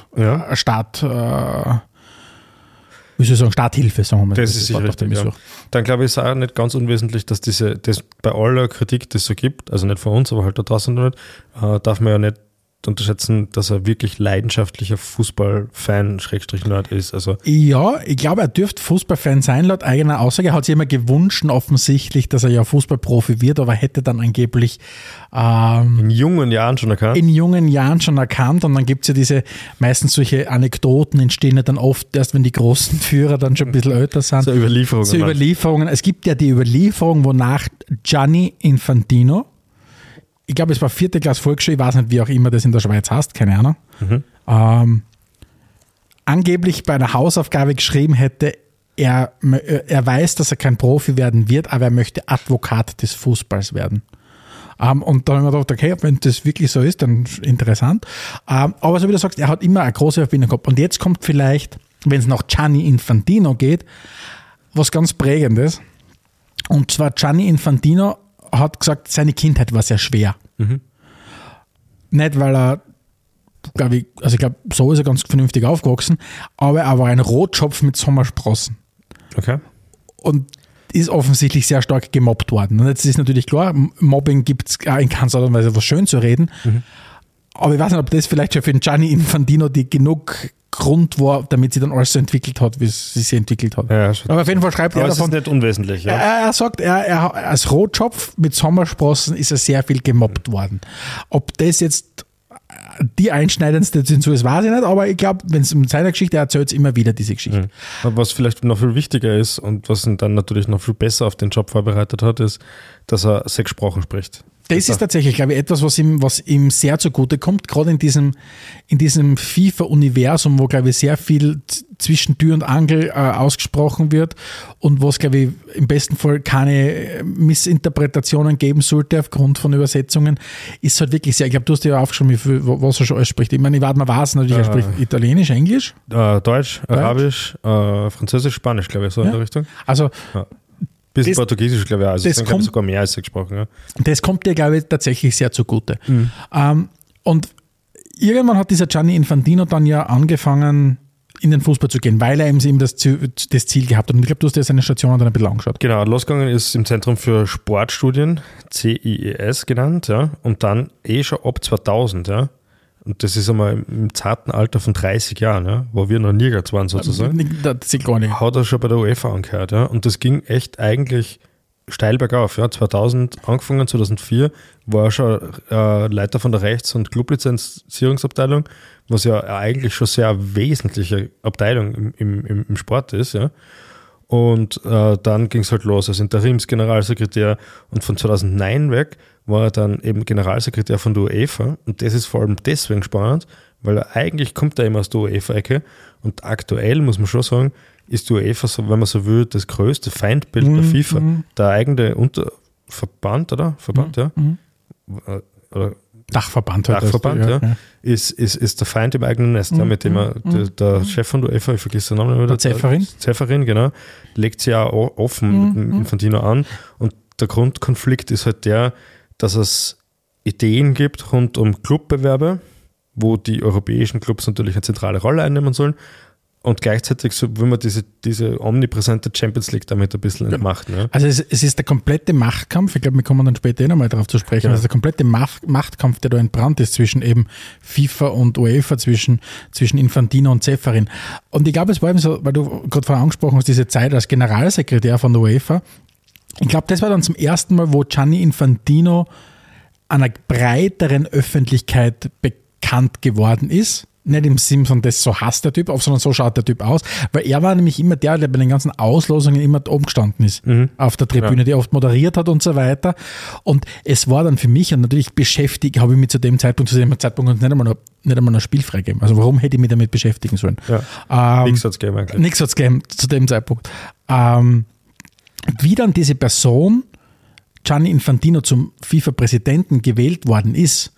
Starthilfe, sagen wir mal.
Das ist sicher richtig, ja. Dann glaube ich, ist auch nicht ganz unwesentlich, dass das bei aller Kritik, die es so gibt, also nicht von uns, aber halt da draußen nicht, darf man ja nicht unterschätzen, dass er wirklich leidenschaftlicher Fußballfan /Nerd ist. Also
ja, ich glaube, er dürfte Fußballfan sein, laut eigener Aussage. Er hat sich immer gewünscht, offensichtlich, dass er ja Fußballprofi wird, aber hätte dann angeblich
in jungen Jahren schon erkannt. Und dann gibt es ja diese, meistens solche Anekdoten entstehen ja dann oft erst, wenn die großen Führer dann schon ein bisschen älter sind. So
Überlieferungen. Es gibt ja die Überlieferung, wonach Gianni Infantino, ich glaube, es war 4. Klasse Volksschule, ich weiß nicht, wie auch immer das in der Schweiz heißt, keine Ahnung, angeblich bei einer Hausaufgabe geschrieben hätte, er weiß, dass er kein Profi werden wird, aber er möchte Advokat des Fußballs werden. Und dann haben wir gedacht, okay, wenn das wirklich so ist, dann interessant. Aber so wie du sagst, er hat immer eine große Verbindung gehabt. Und jetzt kommt vielleicht, wenn es nach Gianni Infantino geht, was ganz Prägendes. Und zwar Gianni Infantino hat gesagt, seine Kindheit war sehr schwer. Nicht, weil er, ich glaube, so ist er ganz vernünftig aufgewachsen, aber er war ein Rotschopf mit Sommersprossen.
Okay.
Und ist offensichtlich sehr stark gemobbt worden. Und jetzt ist natürlich klar, Mobbing gibt es in keiner Art und Weise was schön zu reden. Aber ich weiß nicht, ob das vielleicht schon für den Gianni Infantino die genug Grund war, damit sie dann alles so entwickelt hat, wie sie sich entwickelt hat.
Ja,
aber auf jeden Fall schreibt er davon.
Das ist nicht unwesentlich. Ja.
Er sagt, er als Rotschopf mit Sommersprossen ist er sehr viel gemobbt worden. Ob das jetzt die einschneidendste Zensur ist, weiß ich nicht, aber ich glaube, wenn es um seine Geschichte erzählt, immer wieder diese Geschichte.
Aber was vielleicht noch viel wichtiger ist und was ihn dann natürlich noch viel besser auf den Job vorbereitet hat, ist, dass er 6 Sprachen spricht.
Das ist tatsächlich, glaube ich, etwas, was ihm sehr zugute kommt, gerade in diesem FIFA-Universum, wo, glaube ich, sehr viel zwischen Tür und Angel ausgesprochen wird und wo es, glaube ich, im besten Fall keine Missinterpretationen geben sollte aufgrund von Übersetzungen, ist halt wirklich sehr, ich glaube, du hast dir ja aufgeschrieben, was er schon alles spricht. Ich meine, man weiß natürlich, er spricht Italienisch, Englisch,
Deutsch, Arabisch, Französisch, Spanisch, glaube ich, so in der Richtung.
Also
bisschen Portugiesisch, glaube ich, also das glaube ich sogar mehr als gesprochen. Ja.
Das kommt dir, glaube ich, tatsächlich sehr zugute. Und irgendwann hat dieser Gianni Infantino dann ja angefangen, in den Fußball zu gehen, weil er eben das Ziel gehabt hat. Und ich glaube, du hast dir seine Station dann ein bisschen angeschaut.
Genau, losgegangen ist im Zentrum für Sportstudien, CIES genannt, ja, und dann schon ab 2000, ja. Und das ist einmal im zarten Alter von 30 Jahren, ja, wo wir noch nirgends waren sozusagen.
Das ist gar nicht.
Hat er schon bei der UEFA angehört, ja. Und das ging echt eigentlich steil bergauf, ja. 2000 angefangen, 2004 war er schon Leiter von der Rechts- und Clublizenzierungsabteilung, was ja eigentlich schon sehr eine wesentliche Abteilung im Sport ist, ja. Und dann ging es halt los als Interimsgeneralsekretär und von 2009 weg war er dann eben Generalsekretär von der UEFA und das ist vor allem deswegen spannend, weil er eigentlich kommt er immer aus der UEFA-Ecke und aktuell muss man schon sagen, ist die UEFA, so, wenn man so will, das größte Feindbild der FIFA. Der eigene Verband, oder? Verband, ja. Oder
Dachverband,
ja. Ist der Feind im eigenen Nest, ja, mit dem der Chef von der UEFA, ich vergesse den Namen wieder.
Der
Zeferin, genau, legt sie ja offen mit Infantino an und der Grundkonflikt ist halt der, dass es Ideen gibt rund um Clubbewerbe, wo die europäischen Clubs natürlich eine zentrale Rolle einnehmen sollen, Und gleichzeitig so will man diese omnipräsente Champions League damit ein bisschen entmachten. Ja?
Also es ist der komplette Machtkampf, ich glaube, wir kommen dann später nochmal darauf zu sprechen,
Ja.
also der komplette Machtkampf, der da entbrannt ist zwischen eben FIFA und UEFA, zwischen Infantino und Ceferin. Und ich glaube, es war eben so, weil du gerade vorher angesprochen hast, diese Zeit als Generalsekretär von der UEFA, ich glaube, das war dann zum ersten Mal, wo Gianni Infantino einer breiteren Öffentlichkeit bekannt geworden ist. Nicht im Sinn von, das so hasst der Typ, sondern so schaut der Typ aus. Weil er war nämlich immer der bei den ganzen Auslosungen immer oben gestanden ist. Auf der Tribüne, die oft moderiert hat und so weiter. Und es war dann für mich, und natürlich habe ich mich zu dem Zeitpunkt nicht einmal ein Spiel freigegeben. Also warum hätte ich mich damit beschäftigen sollen?
Ja. Nichts hat es gegeben eigentlich.
Nichts hat es gegeben zu dem Zeitpunkt. Wie dann diese Person, Gianni Infantino, zum FIFA-Präsidenten gewählt worden ist,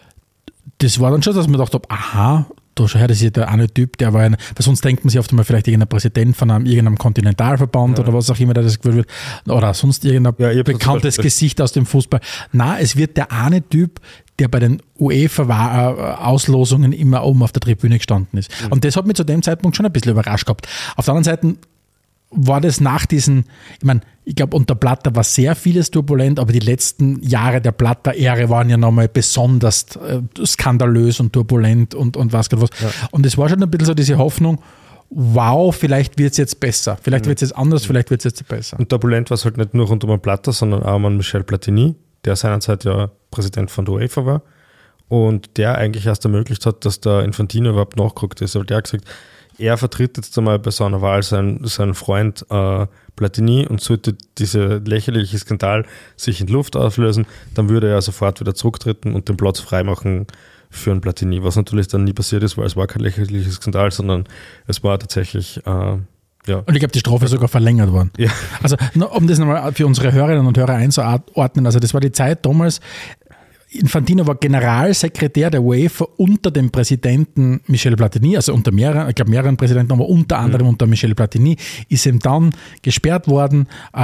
das war dann schon, dass man gedacht hat, aha, da schau her, das ist ja der eine Typ, der war weil sonst denkt man sich oft einmal vielleicht irgendein Präsident von irgendeinem Kontinentalverband oder was auch immer, der das gewählt wird, oder sonst irgendein bekanntes Gesicht aus dem Fußball. Na, es wird der eine Typ, der bei den UEFA-Auslosungen immer oben auf der Tribüne gestanden ist. Und das hat mich zu dem Zeitpunkt schon ein bisschen überrascht gehabt. Auf der anderen Seite war das nach diesen, ich glaube, unter Blatter war sehr vieles turbulent, aber die letzten Jahre der Blatter-Ära waren ja nochmal besonders skandalös und turbulent und was gerade was. Ja. Und es war schon ein bisschen so diese Hoffnung, wow, vielleicht wird es jetzt besser, vielleicht wird es jetzt anders, vielleicht wird es jetzt besser.
Und turbulent war es halt nicht nur rund um Blatter, sondern auch um Michel Platini, der seinerzeit ja Präsident von der UEFA war und der eigentlich erst ermöglicht hat, dass der Infantino überhaupt nachgerückt ist. Aber der hat gesagt, er vertritt jetzt einmal bei so einer Wahl seinen Freund Platini und sollte dieser lächerliche Skandal sich in Luft auflösen, dann würde er sofort wieder zurücktreten und den Platz freimachen für einen Platini, was natürlich dann nie passiert ist, weil es war kein lächerlicher Skandal, sondern es war tatsächlich ja.
Und ich glaube, die Strafe ist sogar verlängert worden.
Ja.
Also um das nochmal für unsere Hörerinnen und Hörer einzuordnen, also das war die Zeit damals, Infantino war Generalsekretär der UEFA unter dem Präsidenten Michel Platini, also unter mehreren Präsidenten, aber unter anderem unter Michel Platini, ist ihm dann gesperrt worden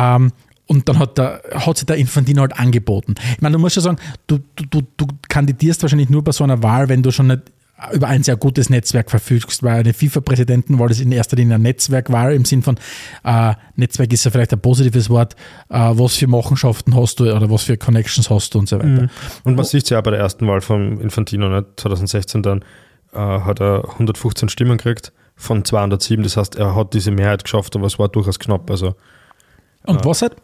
und dann hat sich der Infantino halt angeboten. Ich meine, du musst ja sagen, du kandidierst wahrscheinlich nur bei so einer Wahl, wenn du schon nicht über ein sehr gutes Netzwerk verfügst, weil eine FIFA-Präsidentenwahl ist in erster Linie eine Netzwerkwahl, im Sinn von Netzwerk ist ja vielleicht ein positives Wort, was für Machenschaften hast du oder was für Connections hast du und so weiter.
Und man sieht es ja auch bei der ersten Wahl von Infantino, ne? 2016 dann hat er 115 Stimmen gekriegt von 207, das heißt, er hat diese Mehrheit geschafft, aber es war durchaus knapp. Also,
was hat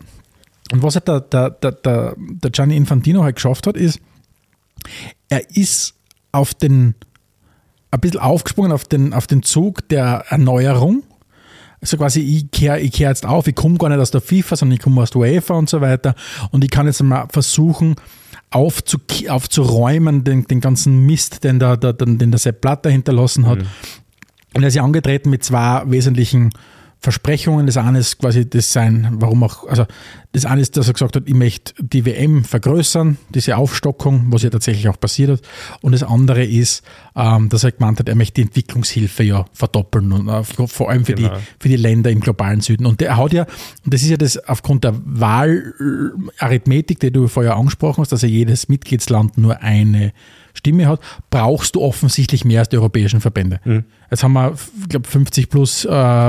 der Gianni Infantino halt geschafft hat, ist, er ist ein bisschen aufgesprungen auf den Zug der Erneuerung. Also quasi, ich kehre jetzt auf, ich komme gar nicht aus der FIFA, sondern ich komme aus der UEFA und so weiter. Und ich kann jetzt mal versuchen, aufzuräumen, den ganzen Mist, den der Sepp Blatter hinterlassen hat. Und er ist ja angetreten mit zwei wesentlichen Versprechungen. Das eine ist quasi das das eine ist, dass er gesagt hat, ich möchte die WM vergrößern, diese Aufstockung, was ja tatsächlich auch passiert hat. Und das andere ist, dass er gemeint hat, er möchte die Entwicklungshilfe ja verdoppeln und vor allem für die Länder im globalen Süden. Und er hat ja, und das ist ja das aufgrund der Wahlarithmetik, die du vorher angesprochen hast, dass ja jedes Mitgliedsland nur eine Stimme hat, brauchst du offensichtlich mehr als die europäischen Verbände. Jetzt haben wir, ich glaube, 50 plus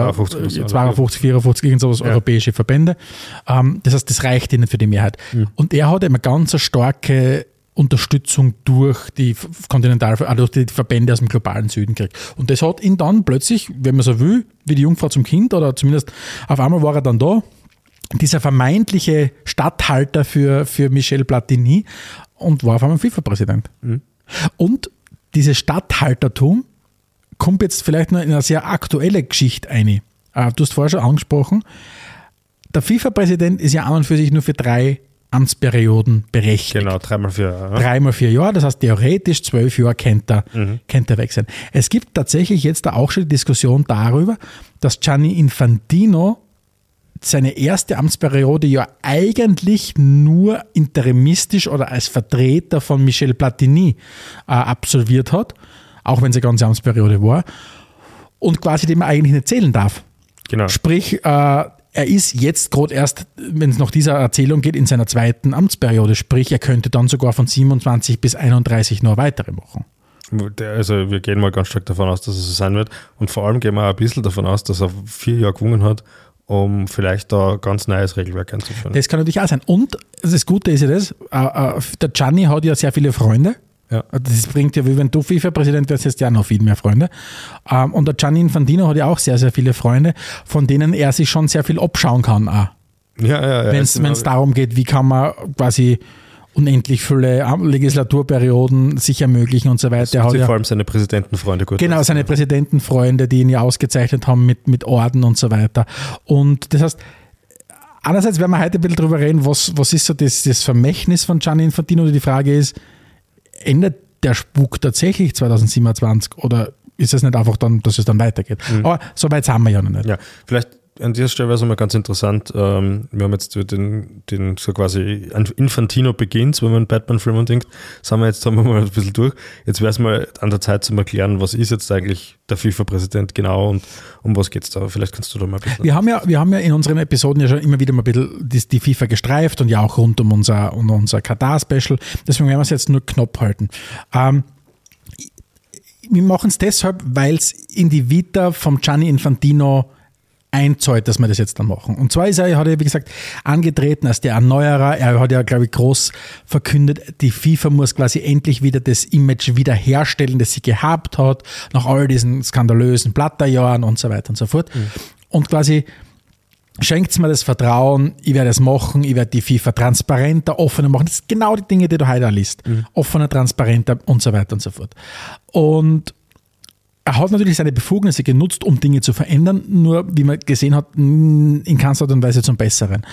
52, 54, irgend sowas europäische Verbände. Das heißt, das reicht ihnen für die Mehrheit. Und er hat immer ganz eine starke Unterstützung durch die durch die Verbände aus dem globalen Süden gekriegt. Und das hat ihn dann plötzlich, wenn man so will, wie die Jungfrau zum Kind, oder zumindest auf einmal war er dann da, dieser vermeintliche Statthalter für Michel Platini, und war auf einmal FIFA-Präsident. Und dieses Statthaltertum kommt jetzt vielleicht noch in eine sehr aktuelle Geschichte ein. Du hast vorher schon angesprochen, der FIFA-Präsident ist ja an und für sich nur für 3 Amtsperioden berechtigt.
Genau, 3x4 Jahre.
3x4 Jahre, das heißt theoretisch 12 Jahre könnte er weg sein. Es gibt tatsächlich jetzt auch schon die Diskussion darüber, dass Gianni Infantino seine erste Amtsperiode ja eigentlich nur interimistisch oder als Vertreter von Michel Platini absolviert hat, auch wenn es eine ganze Amtsperiode war, und quasi dem er eigentlich nicht zählen darf.
Genau.
Sprich, er ist jetzt gerade erst, wenn es nach dieser Erzählung geht, in seiner 2. Amtsperiode, sprich, er könnte dann sogar von 27 bis 31 noch weitere machen.
Also wir gehen mal ganz stark davon aus, dass es so sein wird. Und vor allem gehen wir auch ein bisschen davon aus, dass er 4 Jahre gewonnen hat, um vielleicht da ganz neues Regelwerk einzuführen.
Das kann natürlich auch sein. Und das Gute ist ja das, der Gianni hat ja sehr viele Freunde.
Ja.
Das bringt ja, wie wenn du FIFA-Präsident wärst, hast du ja noch viel mehr Freunde. Und der Gianni Infantino hat ja auch sehr, sehr viele Freunde, von denen er sich schon sehr viel abschauen kann. Auch.
Ja.
Wenn es darum geht, wie kann man quasi unendlich viele Legislaturperioden sich ermöglichen und so weiter.
Er hat vor allem seine Präsidentenfreunde gut.
Genau, seine Präsidentenfreunde, die ihn ja ausgezeichnet haben mit Orden und so weiter. Und das heißt, einerseits werden wir heute ein bisschen drüber reden, was ist so das Vermächtnis von Gianni Infantino. Die Frage ist, endet der Spuk tatsächlich 2027 oder ist es nicht einfach dann, dass es dann weitergeht? Aber so weit sind wir ja noch nicht.
Ja, vielleicht an dieser Stelle wäre es mal ganz interessant, wir haben jetzt den so quasi Infantino Begins, wenn man Batman-Film denkt, haben wir mal ein bisschen durch. Jetzt wäre es mal an der Zeit zum Erklären, was ist jetzt eigentlich der FIFA-Präsident genau und um was geht es da? Vielleicht kannst du da mal ein bisschen...
Wir haben ja in unseren Episoden ja schon immer wieder mal ein bisschen die FIFA gestreift und ja auch rund um unser Katar-Special. Deswegen werden wir es jetzt nur knapp halten. Wir machen es deshalb, weil es in die Vita vom Gianni Infantino einzahlt, dass wir das jetzt dann machen. Und zwar hat er, wie gesagt, angetreten als der Erneuerer. Er hat ja, glaube ich, groß verkündet, die FIFA muss quasi endlich wieder das Image wiederherstellen, das sie gehabt hat, nach all diesen skandalösen Blatterjahren und so weiter und so fort. Und quasi schenkt mir das Vertrauen, ich werde es machen, ich werde die FIFA transparenter, offener machen. Das sind genau die Dinge, die du heute liest. Offener, transparenter und so weiter und so fort. Und er hat natürlich seine Befugnisse genutzt, um Dinge zu verändern, nur wie man gesehen hat, in keiner Art und Weise zum Besseren.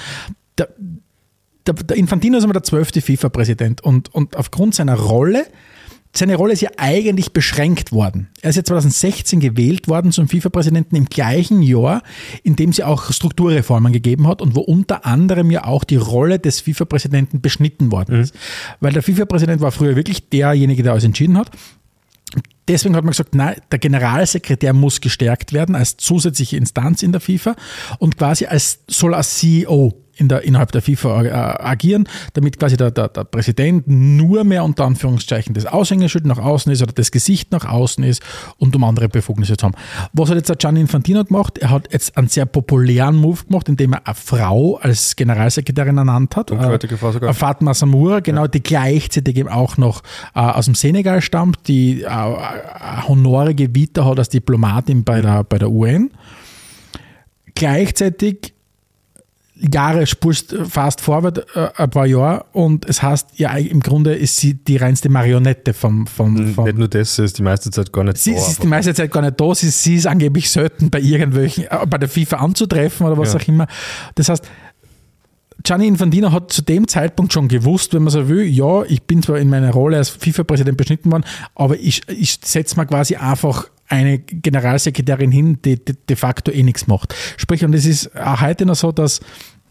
Der Infantino ist einmal der 12. FIFA-Präsident und aufgrund seine Rolle ist ja eigentlich beschränkt worden. Er ist ja 2016 gewählt worden zum FIFA-Präsidenten im gleichen Jahr, in dem sie auch Strukturreformen gegeben hat und wo unter anderem ja auch die Rolle des FIFA-Präsidenten beschnitten worden ist. Weil der FIFA-Präsident war früher wirklich derjenige, der alles entschieden hat. Deswegen hat man gesagt, nein, der Generalsekretär muss gestärkt werden als zusätzliche Instanz in der FIFA und quasi soll als CEO innerhalb der FIFA agieren, damit quasi der Präsident nur mehr unter Anführungszeichen das Aushängeschild nach außen ist oder das Gesicht nach außen ist und um andere Befugnisse zu haben. Was hat jetzt der Gianni Infantino gemacht? Er hat jetzt einen sehr populären Move gemacht, indem er eine Frau als Generalsekretärin ernannt hat. Fatma Samoura, genau, die gleichzeitig eben auch noch aus dem Senegal stammt, die honorige Vita hat als Diplomatin bei der UN. Gleichzeitig Jahre spurst fast forward, ein paar Jahre und es heißt, ja, im Grunde ist sie die reinste Marionette vom
nicht nur das, sie ist die meiste Zeit gar nicht da.
Sie ist die meiste Zeit gar nicht da, sie ist angeblich selten bei irgendwelchen, bei der FIFA anzutreffen oder was auch immer. Das heißt, Gianni Infantino hat zu dem Zeitpunkt schon gewusst, wenn man so will, ja, ich bin zwar in meiner Rolle als FIFA-Präsident beschnitten worden, aber ich setze mir quasi einfach eine Generalsekretärin hin, die de facto nichts macht. Sprich, und es ist auch heute noch so, dass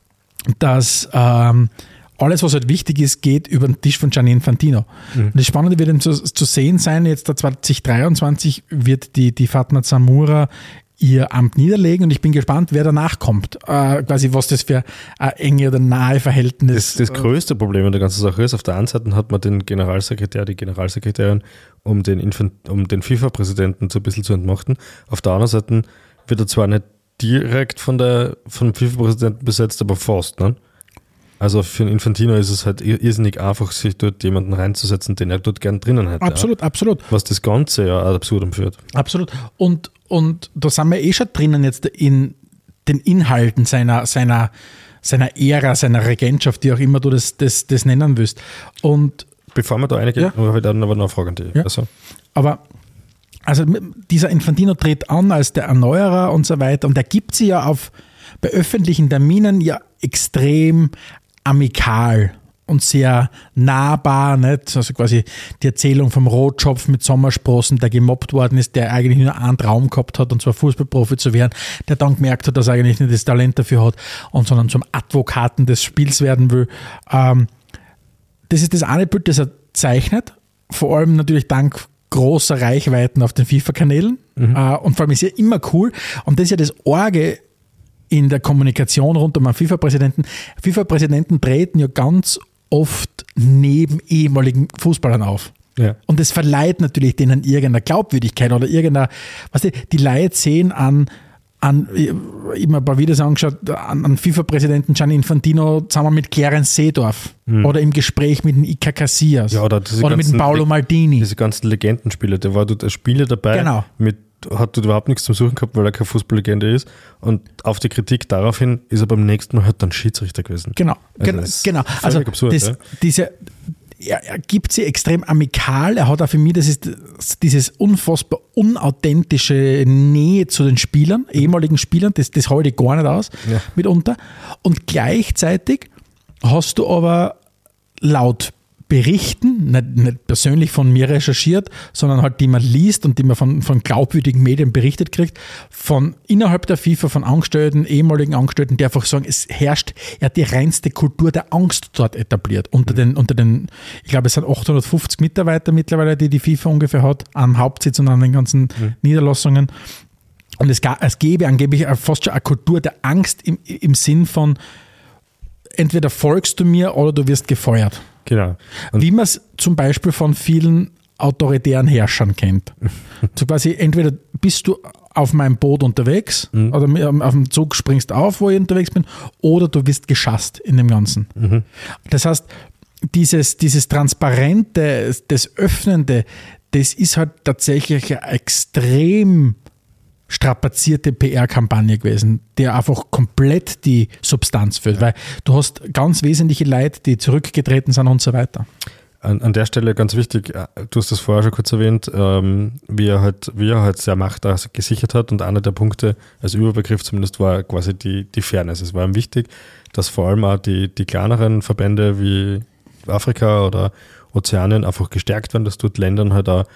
alles, was halt wichtig ist, geht über den Tisch von Gianni Infantino. Und das Spannende wird eben zu sehen sein, jetzt 2023 wird die Fatma Samoura ihr Amt niederlegen und ich bin gespannt, wer danach kommt. Quasi, was das für ein enge oder nahe Verhältnis
ist. Das größte Problem in der ganzen Sache ist, auf der einen Seite hat man den Generalsekretär, die Generalsekretärin, um den FIFA-Präsidenten so ein bisschen zu entmachten. Auf der anderen Seite wird er zwar nicht direkt vom FIFA-Präsidenten besetzt, aber fast. Ne? Also für den Infantino ist es halt irrsinnig einfach, sich dort jemanden reinzusetzen, den er dort gern drinnen hätte.
Absolut, absolut.
Was das Ganze ja ad absurdum führt.
Absolut. Und da sind wir schon drinnen jetzt in den Inhalten seiner Ära, seiner Regentschaft, wie auch immer du das nennen willst. Und
bevor wir da reingehen, habe ich dann aber noch eine Frage an dich.
Ja. Aber also dieser Infantino tritt an als der Erneuerer und so weiter und er gibt sie ja bei öffentlichen Terminen ja extrem amikal und sehr nahbar, nicht? Also quasi die Erzählung vom Rotschopf mit Sommersprossen, der gemobbt worden ist, der eigentlich nur einen Traum gehabt hat, und zwar Fußballprofi zu werden, der dann gemerkt hat, dass er eigentlich nicht das Talent dafür hat sondern zum Advokaten des Spiels werden will. Das ist das eine Bild, das er zeichnet, vor allem natürlich dank großer Reichweiten auf den FIFA-Kanälen und vor allem ist ja immer cool und das ist ja das Orge in der Kommunikation rund um einen FIFA-Präsidenten. FIFA-Präsidenten treten ja ganz oft neben ehemaligen Fußballern auf.
Ja.
Und es verleiht natürlich denen irgendeine Glaubwürdigkeit oder irgendeine, die Leute sehen ich habe mir ein paar Videos angeschaut, an FIFA-Präsidenten Gianni Infantino zusammen mit Clarence Seedorf oder im Gespräch mit dem Iker Casillas
oder
mit dem Paolo Maldini.
Diese ganzen Legendenspieler, der war dort als Spieler dabei,
Genau.
hat dort überhaupt nichts zum Suchen gehabt, weil er keine Fußballlegende ist, und auf die Kritik daraufhin ist er beim nächsten Mal halt dann Schiedsrichter gewesen.
Genau. Also
absurd,
er gibt sie extrem amikal, er hat auch für mich dieses unfassbar unauthentische Nähe zu den Spielern, ehemaligen Spielern, das halte ich gar nicht aus, mitunter. Und gleichzeitig hast du aber laut Berichten, nicht persönlich von mir recherchiert, sondern halt, die man liest und die man von glaubwürdigen Medien berichtet kriegt, von innerhalb der FIFA, von Angestellten, ehemaligen Angestellten, die einfach sagen, er hat die reinste Kultur der Angst dort etabliert. Unter den, ich glaube, es sind 850 Mitarbeiter mittlerweile, die FIFA ungefähr hat, am Hauptsitz und an den ganzen Niederlassungen. Und es gäbe angeblich fast schon eine Kultur der Angst im Sinn von, entweder folgst du mir oder du wirst gefeuert.
Genau. Und
wie man es zum Beispiel von vielen autoritären Herrschern kennt. So quasi, entweder bist du auf meinem Boot unterwegs oder auf dem Zug springst auf, wo ich unterwegs bin, oder du wirst geschasst in dem Ganzen. Das heißt, dieses Transparente, das Öffnende, das ist halt tatsächlich eine extrem strapazierte PR-Kampagne gewesen, der einfach komplett die Substanz füllt, weil du hast ganz wesentliche Leute, die zurückgetreten sind und so weiter.
An der Stelle ganz wichtig, du hast das vorher schon kurz erwähnt, wie er halt sehr Macht gesichert hat, und einer der Punkte als Überbegriff zumindest war quasi die Fairness. Es war ihm wichtig, dass vor allem auch die kleineren Verbände wie Afrika oder Ozeanien einfach gestärkt werden, dass dort Ländern halt auch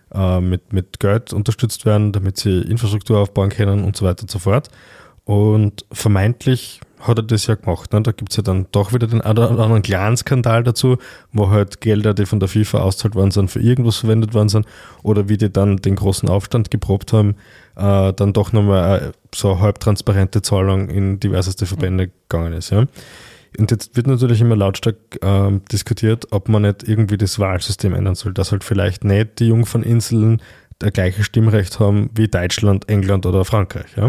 mit Geld unterstützt werden, damit sie Infrastruktur aufbauen können und so weiter und so fort. Und vermeintlich hat er das ja gemacht. Ne? Da gibt es ja dann doch wieder den einen oder anderen kleinen Skandal dazu, wo halt Gelder, die von der FIFA ausgezahlt worden sind, für irgendwas verwendet worden sind, oder wie die dann den großen Aufstand geprobt haben, dann doch nochmal so eine halbtransparente Zahlung in diverseste Verbände gegangen ist. Ja? Und jetzt wird natürlich immer lautstark diskutiert, ob man nicht irgendwie das Wahlsystem ändern soll, dass halt vielleicht nicht die Jungferninseln das gleiche Stimmrecht haben wie Deutschland, England oder Frankreich. Ja?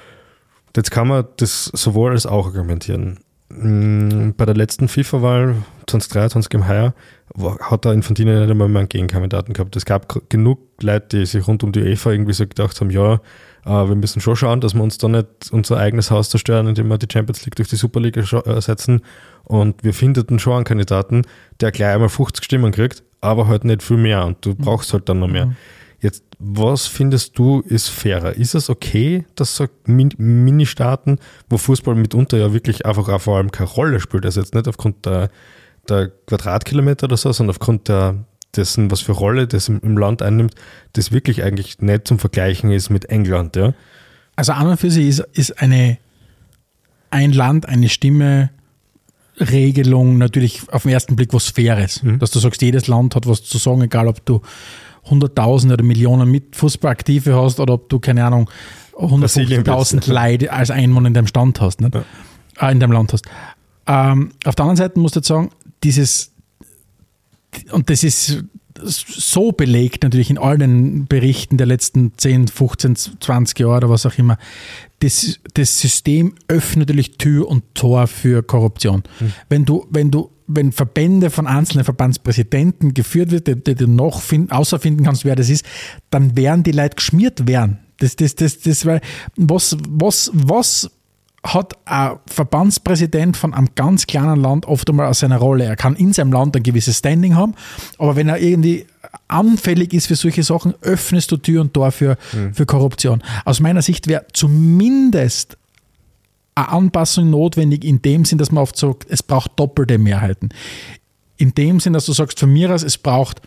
Jetzt kann man das sowohl als auch argumentieren. Bei der letzten FIFA-Wahl 2023 im Heuer hat der Infantino nicht einmal mehr einen Gegenkandidaten gehabt. Es gab genug Leute, die sich rund um die UEFA irgendwie so gedacht haben, ja, wir müssen schon schauen, dass wir uns da nicht unser eigenes Haus zerstören, indem wir die Champions League durch die Superliga ersetzen. Und wir findeten schon einen Kandidaten, der gleich einmal 50 Stimmen kriegt, aber halt nicht viel mehr, und du brauchst halt dann noch mehr. Jetzt, was findest du ist fairer? Ist es okay, dass so Mini-Staaten, wo Fußball mitunter ja wirklich einfach auch vor allem keine Rolle spielt, also jetzt nicht aufgrund der Quadratkilometer oder so, sondern aufgrund dessen, was für Rolle das im Land einnimmt, das wirklich eigentlich nicht zum Vergleichen ist mit England, ja?
Also an und für sich ist ein Land, eine Stimme, Regelung natürlich auf den ersten Blick was Faires. Dass du sagst, jedes Land hat was zu sagen, egal ob du 100.000 oder Millionen mit Fußballaktive hast oder ob du, keine Ahnung, 150.000 Leute als Einwohner in deinem Stand hast, nicht? Ja. In deinem Land hast. Auf der anderen Seite musst du jetzt sagen, und das ist so belegt natürlich in allen Berichten der letzten 10, 15, 20 Jahre oder was auch immer, das System öffnet natürlich Tür und Tor für Korruption. Wenn Verbände von einzelnen Verbandspräsidenten geführt wird, die du noch außerfinden kannst, wer das ist, dann werden die Leute geschmiert werden. Weil was hat ein Verbandspräsident von einem ganz kleinen Land oft einmal aus seiner Rolle. Er kann in seinem Land ein gewisses Standing haben, aber wenn er irgendwie anfällig ist für solche Sachen, öffnest du Tür und Tor für Korruption. Aus meiner Sicht wäre zumindest eine Anpassung notwendig in dem Sinn, dass man oft sagt, es braucht doppelte Mehrheiten. In dem Sinn, dass du sagst, von mir aus, es braucht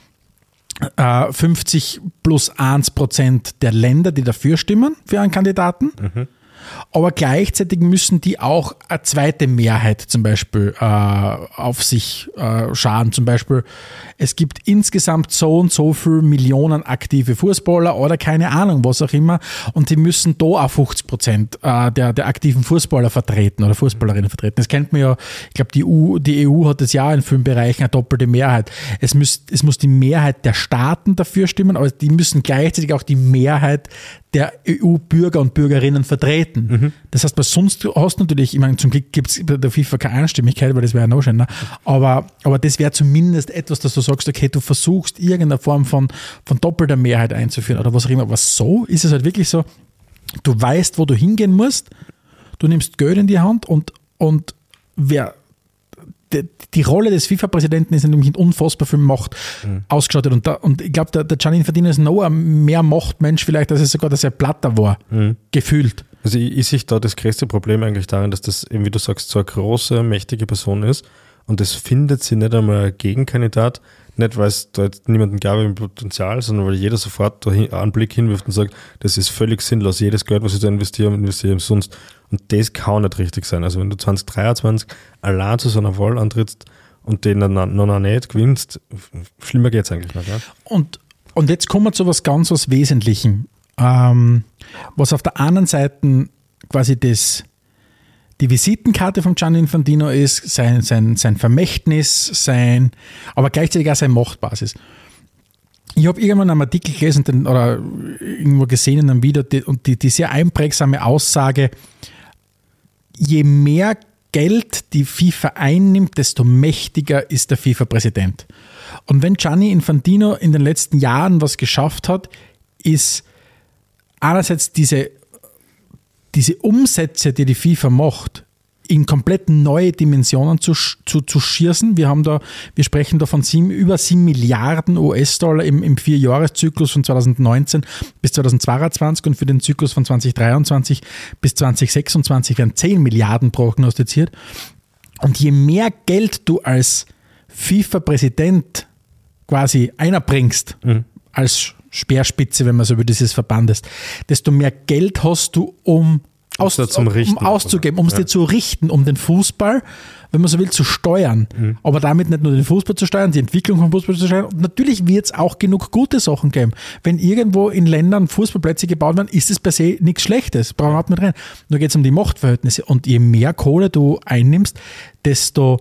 50 plus 1% der Länder, die dafür stimmen für einen Kandidaten. aber gleichzeitig müssen die auch eine zweite Mehrheit zum Beispiel auf sich scharen. Zum Beispiel, es gibt insgesamt so und so viele Millionen aktive Fußballer oder keine Ahnung, was auch immer, und die müssen da auch 50% der aktiven Fußballer vertreten oder Fußballerinnen vertreten. Das kennt man ja, ich glaube, die EU hat das ja in vielen Bereichen eine doppelte Mehrheit. Es muss die Mehrheit der Staaten dafür stimmen, aber die müssen gleichzeitig auch die Mehrheit der EU-Bürger und Bürgerinnen vertreten. Mhm. Das heißt, weil sonst hast du natürlich, ich meine, zum Glück gibt es bei der FIFA keine Einstimmigkeit, weil das wäre ja noch schöner, aber das wäre zumindest etwas, dass du sagst, okay, du versuchst irgendeine Form von doppelter Mehrheit einzuführen oder was auch immer. Aber so ist es halt wirklich so, du weißt, wo du hingehen musst, du nimmst Geld in die Hand und wer die Rolle des FIFA-Präsidenten ist nämlich mit unfassbar viel Macht ausgestattet. Und ich glaube, der Gianni Infantino ist noch ein mehr Machtmensch vielleicht, als er sogar, dass er Blatter war, gefühlt.
Also ich sehe da das größte Problem eigentlich darin, dass das eben, wie du sagst, so eine große, mächtige Person ist und es findet sie nicht einmal ein Gegenkandidat, nicht weil es da jetzt niemanden gab im Potenzial, sondern weil jeder sofort da einen Blick hinwirft und sagt, das ist völlig sinnlos, jedes Geld, was ich da investiere umsonst. Und das kann nicht richtig sein. Also wenn du 2023 allein zu so einer Wahl antrittst und den dann noch nicht gewinnst, schlimmer geht es eigentlich nicht. Ja?
Und jetzt kommen wir zu was ganz was Wesentlichem, was auf der anderen Seite quasi die Visitenkarte von Gianni Infantino ist, sein Vermächtnis, aber gleichzeitig auch seine Machtbasis. Ich habe irgendwann einen Artikel gelesen oder irgendwo gesehen in einem Video und die sehr einprägsame Aussage, je mehr Geld die FIFA einnimmt, desto mächtiger ist der FIFA-Präsident. Und wenn Gianni Infantino in den letzten Jahren was geschafft hat, ist einerseits diese Umsätze, die FIFA macht, in komplett neue Dimensionen zu schießen. Wir sprechen da von über 7 Milliarden US-Dollar im 4-Jahres-Zyklus von 2019 bis 2022 und für den Zyklus von 2023 bis 2026 werden 10 Milliarden prognostiziert. Und je mehr Geld du als FIFA-Präsident quasi einerbringst, als Speerspitze, wenn man so über dieses Verbandes, desto mehr Geld hast du, um auszugeben, um es dir zu richten, um den Fußball, wenn man so will, zu steuern. Aber damit nicht nur den Fußball zu steuern, die Entwicklung vom Fußball zu steuern. Und natürlich wird es auch genug gute Sachen geben. Wenn irgendwo in Ländern Fußballplätze gebaut werden, ist es per se nichts Schlechtes. Brauchen wir überhaupt nicht rein. Nur geht es um die Machtverhältnisse. Und je mehr Kohle du einnimmst, desto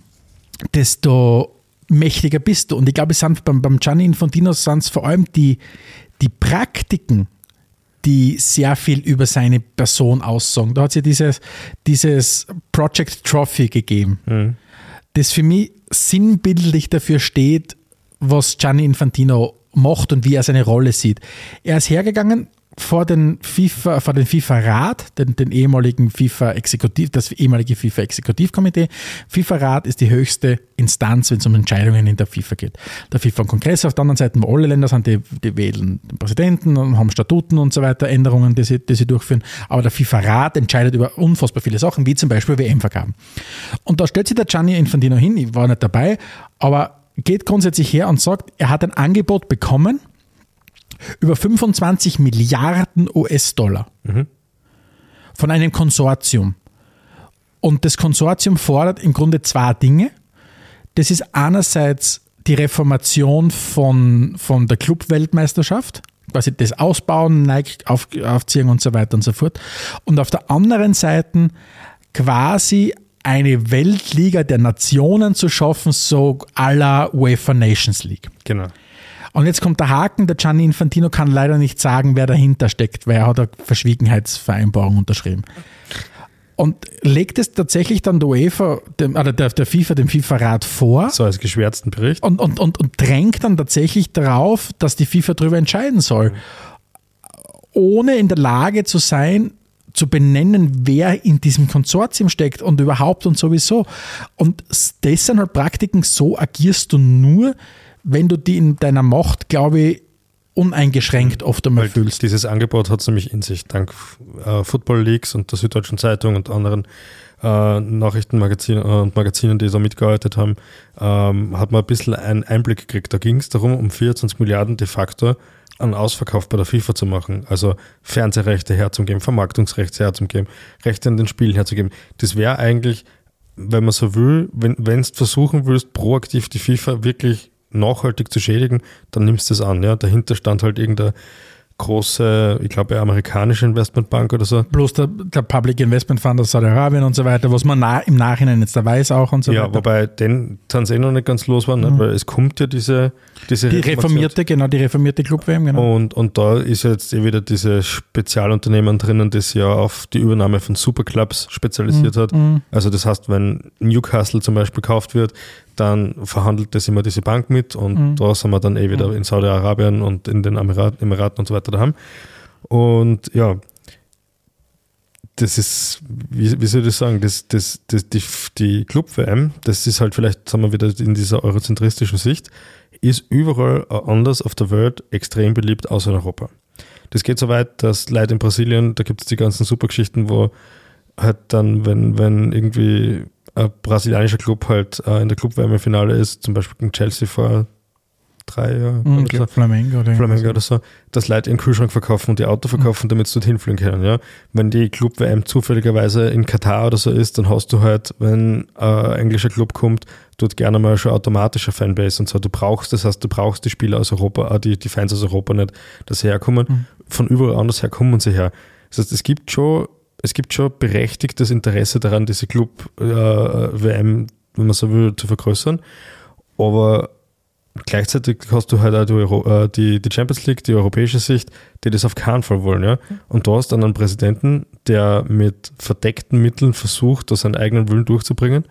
mächtiger bist du. Und ich glaube, beim Gianni Infantino sind es vor allem die Praktiken, die sehr viel über seine Person aussagen. Da hat es ja dieses Project Trophy gegeben, das für mich sinnbildlich dafür steht, was Gianni Infantino macht und wie er seine Rolle sieht. Er ist hergegangen vor den FIFA-Rat, den ehemaligen das ehemalige FIFA-Exekutivkomitee. FIFA-Rat ist die höchste Instanz, wenn es um Entscheidungen in der FIFA geht. Der FIFA-Kongress auf der anderen Seite, wo alle Länder sind, die wählen den Präsidenten und haben Statuten und so weiter, Änderungen, die sie durchführen. Aber der FIFA-Rat entscheidet über unfassbar viele Sachen, wie zum Beispiel WM-Vergaben. Und da stellt sich der Gianni Infantino hin, ich war nicht dabei, aber geht grundsätzlich her und sagt, er hat ein Angebot bekommen, über 25 Milliarden US-Dollar von einem Konsortium. Und das Konsortium fordert im Grunde zwei Dinge. Das ist einerseits die Reformation von der Club-Weltmeisterschaft, quasi das Ausbauen, Aufziehen und so weiter und so fort. Und auf der anderen Seite quasi eine Weltliga der Nationen zu schaffen, so à la UEFA Nations League.
Genau.
Und jetzt kommt der Haken, der Gianni Infantino kann leider nicht sagen, wer dahinter steckt, weil er hat eine Verschwiegenheitsvereinbarung unterschrieben. Und legt es tatsächlich dann der UEFA, der FIFA, dem FIFA-Rat vor.
So als geschwärzten Bericht.
Und drängt dann tatsächlich darauf, dass die FIFA darüber entscheiden soll. Ohne in der Lage zu sein, zu benennen, wer in diesem Konsortium steckt und überhaupt und sowieso. Und das sind halt Praktiken, so agierst du nur, wenn du die in deiner Macht, glaube ich, uneingeschränkt oft einmal fühlst.
Dieses Angebot hat es nämlich in sich. Dank Football Leaks und der Süddeutschen Zeitung und anderen Nachrichtenmagazinen und Magazinen, die da mitgearbeitet haben, hat man ein bisschen einen Einblick gekriegt. Da ging es darum, um 24 Milliarden de facto einen Ausverkauf bei der FIFA zu machen, also Fernsehrechte herzugeben, Vermarktungsrechte herzugeben, Rechte an den Spielen herzugeben. Das wäre eigentlich, wenn man so will, wenn du versuchen willst, proaktiv die FIFA wirklich nachhaltig zu schädigen, dann nimmst du das an. Ja? Dahinter stand halt irgendeine große, ich glaube, amerikanische Investmentbank oder so.
Bloß der Public Investment Fund aus Saudi-Arabien und so weiter, was man im Nachhinein jetzt da weiß auch und so weiter.
Ja, wobei den sind sie noch nicht ganz los waren, nicht? Weil es kommt ja diese
die reformierte Club-WM, genau.
Und da ist ja jetzt wieder diese Spezialunternehmen drinnen, das ja auf die Übernahme von Superclubs spezialisiert hat. Also das heißt, wenn Newcastle zum Beispiel gekauft wird, dann verhandelt das immer diese Bank mit und da sind wir dann wieder in Saudi-Arabien und in den Emiraten und so weiter daheim. Und ja, das ist, wie soll ich das sagen, die Club-WM, das ist halt vielleicht, sagen wir wieder in dieser eurozentristischen Sicht, ist überall anders auf der Welt extrem beliebt, außer in Europa. Das geht so weit, dass Leute in Brasilien, da gibt es die ganzen Supergeschichten, wo halt dann, wenn irgendwie ein brasilianischer Club halt in der Club-WM-Finale ist, zum Beispiel gegen Chelsea vor 3 Jahren oder so.
Flamengo
oder so, dass Leute ihren Kühlschrank verkaufen und die Auto verkaufen, damit sie dorthin fliegen können. Ja? Wenn die Club-WM zufälligerweise in Katar oder so ist, dann hast du halt, wenn ein englischer Club kommt, dort gerne mal schon automatischer Fanbase und so. Du brauchst die Spieler aus Europa, die Fans aus Europa nicht, dass sie herkommen. Von überall anders her kommen sie her. Das heißt, es gibt schon berechtigtes Interesse daran, diese Club-WM, wenn man so will, zu vergrößern. Aber gleichzeitig hast du halt auch die Champions League, die europäische Sicht, die das auf keinen Fall wollen. Ja? Und du hast dann einen Präsidenten, der mit verdeckten Mitteln versucht, da seinen eigenen Willen durchzubringen.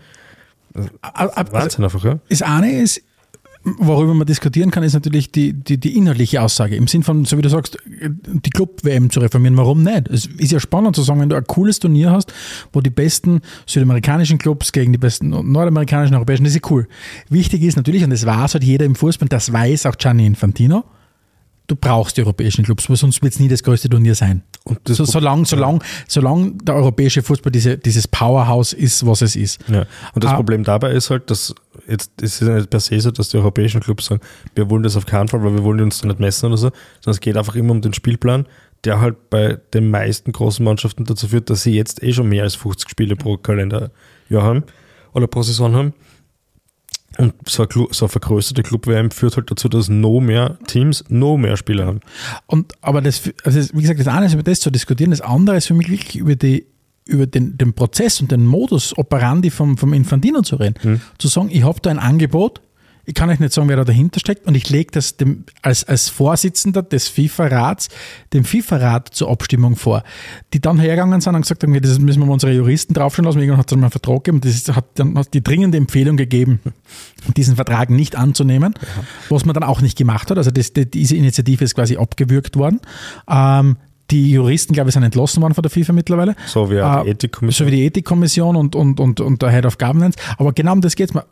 Wahnsinn einfach, ja.
Das eine ist, worüber man diskutieren kann, ist natürlich die inhaltliche Aussage. Im Sinn von, so wie du sagst, die Club-WM zu reformieren. Warum nicht? Es ist ja spannend zu sagen, wenn du ein cooles Turnier hast, wo die besten südamerikanischen Clubs gegen die besten nordamerikanischen, europäischen, das ist cool. Wichtig ist natürlich, und das weiß halt jeder im Fußball, das weiß auch Gianni Infantino, du brauchst die europäischen Clubs, weil sonst wird es nie das größte Turnier sein. Und solange der europäische Fußball dieses Powerhouse ist, was es ist.
Ja. Und das Problem dabei ist halt, dass jetzt ist es ja nicht per se so, dass die europäischen Clubs sagen, wir wollen das auf keinen Fall, weil wir wollen uns da nicht messen oder so, sondern es geht einfach immer um den Spielplan, der halt bei den meisten großen Mannschaften dazu führt, dass sie jetzt schon mehr als 50 Spiele pro Kalenderjahr haben oder pro Saison haben. Und so eine vergrößerte Club-WM führt halt dazu, dass noch mehr Teams noch mehr Spieler haben.
Aber wie gesagt, das eine ist über das zu diskutieren, das andere ist für mich wirklich über den Prozess und den Modus operandi vom Infantino zu reden. Zu sagen, ich habe da ein Angebot, ich kann euch nicht sagen, wer da dahinter steckt und ich lege das als Vorsitzender des FIFA-Rats dem FIFA-Rat zur Abstimmung vor, die dann hergegangen sind und gesagt haben, das müssen wir unsere Juristen draufschauen lassen. Irgendwann hat es dann mal einen Vertrag gegeben, hat die dringende Empfehlung gegeben, diesen Vertrag nicht anzunehmen, was man dann auch nicht gemacht hat. Also diese Initiative ist quasi abgewürgt worden. Die Juristen, glaube ich, sind entlassen worden von der FIFA mittlerweile.
So wie die Ethikkommission.
So wie die Ethikkommission und der Head of Governance. Aber genau um das geht es mir.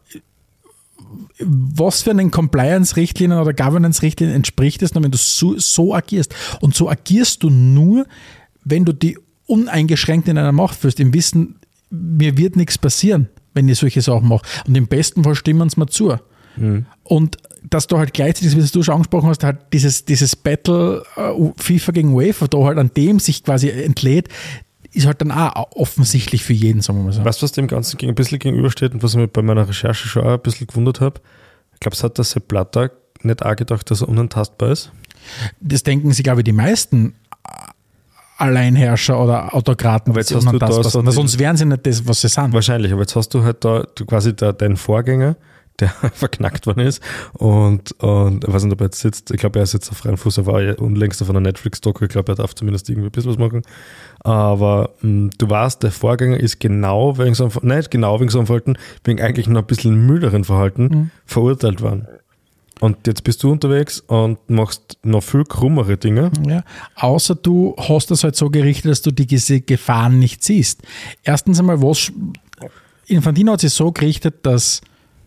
Was für einen Compliance-Richtlinien oder Governance-Richtlinien entspricht es, wenn du so agierst? Und so agierst du nur, wenn du die uneingeschränkt in einer Macht führst, im Wissen, mir wird nichts passieren, wenn ich solche Sachen mache. Und im besten Fall stimmen es mir zu. Und dass du halt gleichzeitig, wie du schon angesprochen hast, halt dieses Battle FIFA gegen UEFA, da halt an dem sich quasi entlädt, ist halt dann auch offensichtlich für jeden, sagen wir mal so.
Weißt du, was dem Ganzen ein bisschen gegenübersteht und was ich mir bei meiner Recherche schon auch ein bisschen gewundert habe? Ich glaube, es hat der Sepp Blatter nicht auch gedacht, dass er unantastbar ist.
Das denken sich, glaube ich, die meisten Alleinherrscher oder Autokraten,
aber jetzt hast du da so
sonst wären sie nicht das, was sie sind.
Wahrscheinlich, aber jetzt hast du halt da quasi deinen Vorgänger, der verknackt worden ist und ich weiß nicht, ob er jetzt sitzt, ich glaube, er sitzt auf freiem Fuß, er war ja unlängst auf einer Netflix-Doku, ich glaube, er darf zumindest irgendwie ein bisschen was machen, aber du weißt, der Vorgänger ist wegen so einem Verhalten, wegen eigentlich noch ein bisschen milderen Verhalten verurteilt worden. Und jetzt bist du unterwegs und machst noch viel krummere Dinge.
Ja, außer du hast das halt so gerichtet, dass du diese Gefahren nicht siehst. Erstens einmal, Infantino hat sich so gerichtet, dass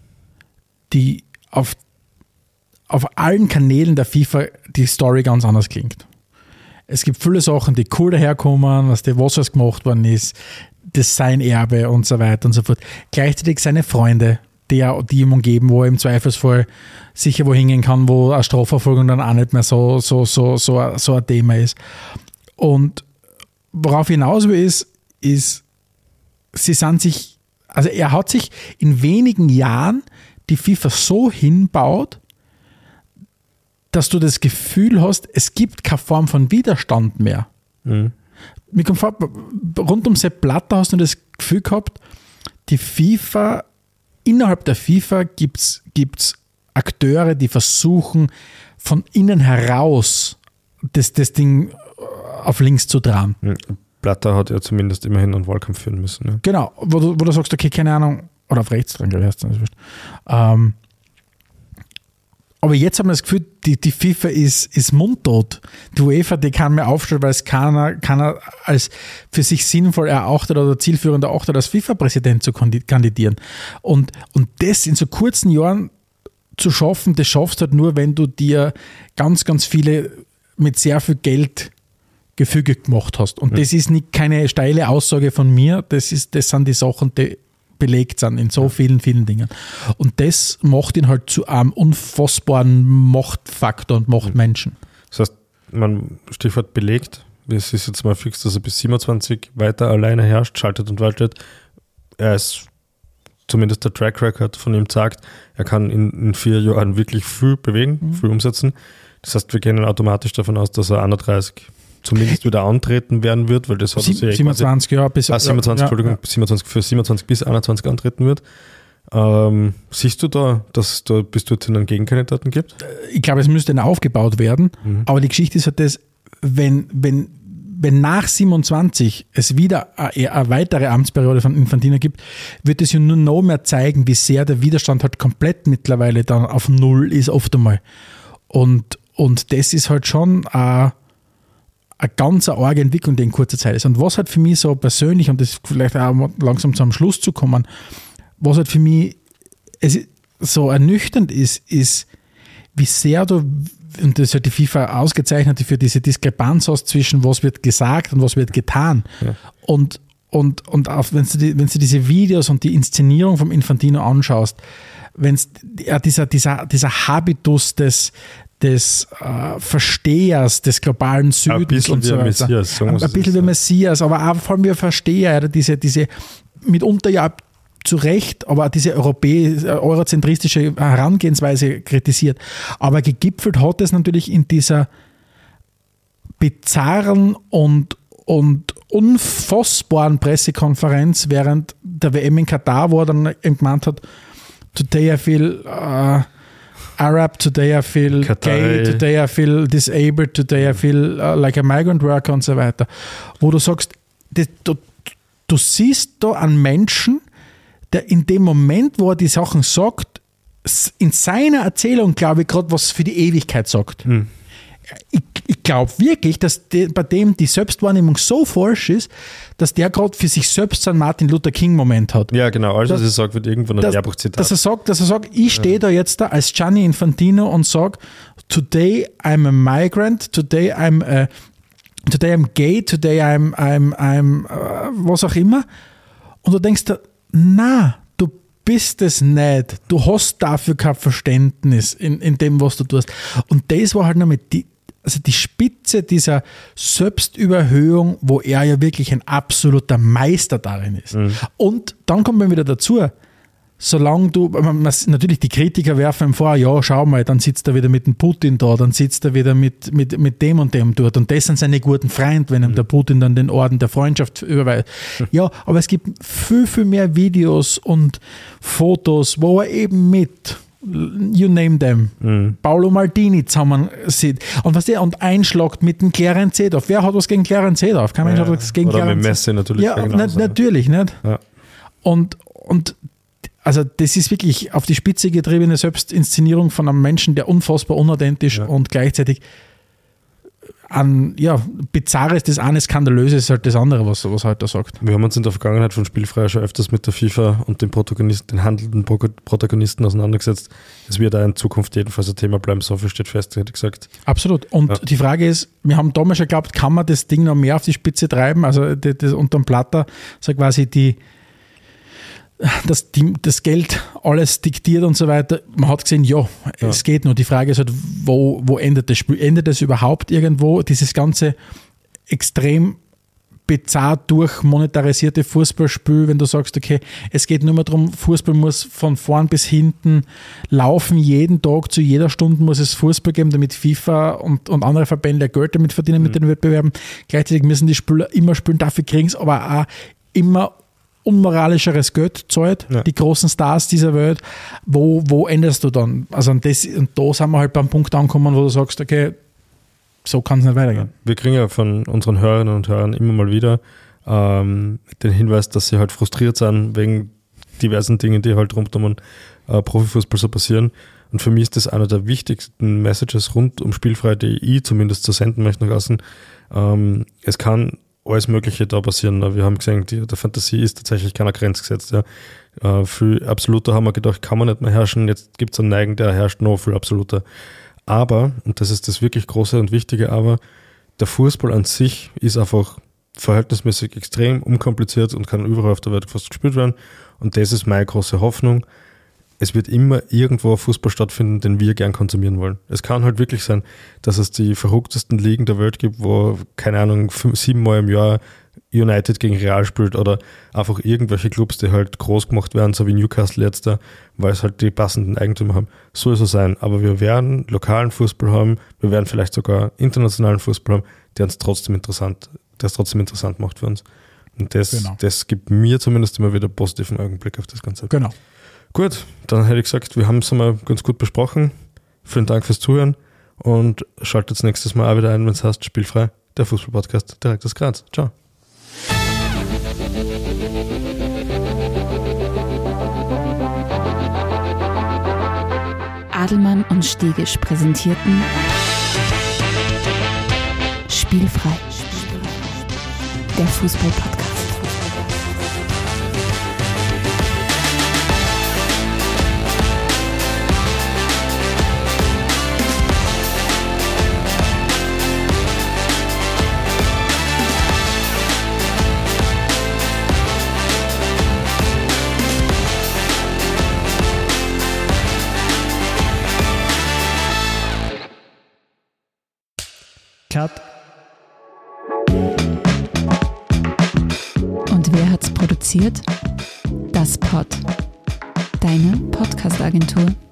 die auf allen Kanälen der FIFA die Story ganz anders klingt. Es gibt viele Sachen, die cool daherkommen, was gemacht worden ist, das sein Erbe und so weiter und so fort. Gleichzeitig seine Freunde, die ihm umgeben, wo er im Zweifelsfall sicher wo hingehen kann, wo eine Strafverfolgung dann auch nicht mehr so ein Thema ist. Und worauf ich hinaus will, ist, er hat sich in wenigen Jahren die FIFA so hinbaut, dass du das Gefühl hast, es gibt keine Form von Widerstand mehr. Mhm. Mir kommt vor, rund um Sepp Blatter hast du das Gefühl gehabt, innerhalb der FIFA gibt's Akteure, die versuchen, von innen heraus das Ding auf links zu drehen.
Blatter hat ja zumindest immerhin einen Wahlkampf führen müssen. Ne?
Genau, wo du sagst, okay, keine Ahnung, oder auf rechts dran, glaube ich, heißt das. Aber jetzt haben wir das Gefühl, die FIFA ist mundtot. Die UEFA, die kann mehr aufstellen, weil es keiner als für sich sinnvoll erachtet oder zielführend erachtet, als FIFA-Präsident zu kandidieren. Und das in so kurzen Jahren zu schaffen, das schaffst du halt nur, wenn du dir ganz, ganz viele mit sehr viel Geld gefügig gemacht hast. Und das ist nicht keine steile Aussage von mir, das sind die Sachen, die belegt sind in so vielen, vielen Dingen. Und das macht ihn halt zu einem unfassbaren Machtfaktor und Machtmenschen.
Das heißt, Stichwort belegt, es ist jetzt mal fix, dass er bis 27 weiter alleine herrscht, schaltet und waltet. Er ist, zumindest der Track Record von ihm sagt, er kann in 4 Jahren wirklich viel bewegen, viel umsetzen. Das heißt, wir gehen automatisch davon aus, dass er 31 zumindest wieder antreten werden wird, weil das hat
27 Jahre bis
27 bis 21 antreten wird. Siehst du da, dass da bis dorthin einen Gegenkandidaten gibt?
Ich glaube, es müsste aufgebaut werden, aber die Geschichte ist halt das, wenn nach 27 es wieder eine weitere Amtsperiode von Infantino gibt, wird es ja nur noch mehr zeigen, wie sehr der Widerstand halt komplett mittlerweile dann auf Null ist, oft einmal. Und das ist halt schon eine ganz arge Entwicklung, die in kurzer Zeit ist. Und was halt für mich so persönlich, und das vielleicht auch langsam zum Schluss zu kommen, was halt für mich so ernüchternd ist, wie sehr du, und das hat die FIFA ausgezeichnet, für diese Diskrepanz hast zwischen was wird gesagt und was wird getan. Ja. Und auch wenn du diese Videos und die Inszenierung vom Infantino anschaust, dieser Habitus des Verstehers des globalen Südens und so weiter. Ein bisschen wie Messias, aber auch vor allem wie ein Versteher, diese mitunter ja zu Recht, aber diese eurozentristische Herangehensweise kritisiert. Aber gegipfelt hat es natürlich in dieser bizarren und unfassbaren Pressekonferenz während der WM in Katar, wo er dann gemeint hat, today I feel Arab, today I feel gay, today I feel disabled, today I feel like a migrant worker und so weiter. Wo du sagst, du siehst da einen Menschen, der in dem Moment, wo er die Sachen sagt, in seiner Erzählung, glaube ich, gerade was für die Ewigkeit sagt. Ich glaube wirklich, dass bei dem die Selbstwahrnehmung so falsch ist, dass der gerade für sich selbst so einen Martin Luther King-Moment hat.
Ja, genau. Also, dass er sagt, wird irgendwann ein Lehrbuchzitat.
Dass er sagt, ich stehe da jetzt da als Gianni Infantino und sage, today I'm a migrant, today I'm gay, today I'm was auch immer. Und du denkst da, na, du bist es nicht. Du hast dafür kein Verständnis in dem, was du tust. Und das war halt noch mit die Spitze dieser Selbstüberhöhung, wo er ja wirklich ein absoluter Meister darin ist. Und dann kommt man wieder dazu, solange natürlich die Kritiker werfen ihm vor, ja, schau mal, dann sitzt er wieder mit dem Putin da, dann sitzt er wieder mit dem und dem dort und das sind seine guten Freunde, wenn ihm der Putin dann den Orden der Freundschaft überweist. Ja, aber es gibt viel, viel mehr Videos und Fotos, wo er eben mit you name them, Paolo Maldini zusammen sieht und einschlagt mit dem Clarence Seedorf. Wer hat was gegen Clarence Seedorf? Kein Mensch hat was gegen Clarence.
Oder mit Messi natürlich.
Ja, natürlich nicht. Ja. Und also das ist wirklich auf die Spitze getriebene Selbstinszenierung von einem Menschen, der unfassbar unauthentisch und gleichzeitig bizarres das eine, skandalöse ist halt das andere, was halt da sagt.
Wir haben uns in der Vergangenheit von Spielfrei schon öfters mit der FIFA und den handelnden Protagonisten auseinandergesetzt. Es wird auch in Zukunft jedenfalls ein Thema bleiben, so viel steht fest, hätte ich gesagt.
Absolut. Und die Frage ist, wir haben damals schon geglaubt, kann man das Ding noch mehr auf die Spitze treiben? Also das unterm Platter, so quasi dass das Geld alles diktiert und so weiter. Man hat gesehen, es geht nur. Die Frage ist halt, wo endet das Spiel? Endet das überhaupt irgendwo? Dieses ganze extrem bezahlt durch monetarisierte Fußballspiel, wenn du sagst, okay, es geht nur mehr darum, Fußball muss von vorn bis hinten laufen, jeden Tag, zu jeder Stunde muss es Fußball geben, damit FIFA und andere Verbände Geld damit verdienen mit den Wettbewerben. Gleichzeitig müssen die Spieler immer spielen, dafür kriegen sie aber auch immer unmoralischeres Geld zahlt, die großen Stars dieser Welt. Wo endest du dann? Also und da sind wir halt beim Punkt angekommen, wo du sagst, okay, so kann es nicht weitergehen.
Wir kriegen ja von unseren Hörerinnen und Hörern immer mal wieder den Hinweis, dass sie halt frustriert sind wegen diversen Dingen, die halt rund um Profifußball so passieren. Und für mich ist das einer der wichtigsten Messages rund um Spielfrei, die ich zumindest zu senden möchte nach außen. Es kann alles Mögliche da passieren. Wir haben gesehen, der Fantasie ist tatsächlich keiner Grenze gesetzt. Ja. Viel absoluter haben wir gedacht, kann man nicht mehr herrschen. Jetzt gibt es einen Neigen, der herrscht noch viel absoluter. Aber, und das ist das wirklich Große und Wichtige, aber der Fußball an sich ist einfach verhältnismäßig extrem unkompliziert und kann überall auf der Welt fast gespielt werden. Und das ist meine große Hoffnung. Es wird immer irgendwo Fußball stattfinden, den wir gern konsumieren wollen. Es kann halt wirklich sein, dass es die verrücktesten Ligen der Welt gibt, wo, keine Ahnung, 7 Mal im Jahr United gegen Real spielt oder einfach irgendwelche Clubs, die halt groß gemacht werden, so wie Newcastle jetzt da, weil es halt die passenden Eigentümer haben. So ist es sein. Aber wir werden lokalen Fußball haben, wir werden vielleicht sogar internationalen Fußball haben, der es trotzdem interessant macht für uns. Und das gibt mir zumindest immer wieder positiven Augenblick auf das Ganze.
Genau.
Gut, dann hätte ich gesagt, wir haben es einmal ganz gut besprochen. Vielen Dank fürs Zuhören und schaltet nächstes Mal auch wieder ein, wenn es heißt Spielfrei, der Fußball-Podcast direkt aus Graz. Ciao.
Adelmann und Stegisch präsentierten Spielfrei, der Fußball-Podcast.
Cut.
Und wer hat's produziert? Das Pod. Deine Podcast-Agentur.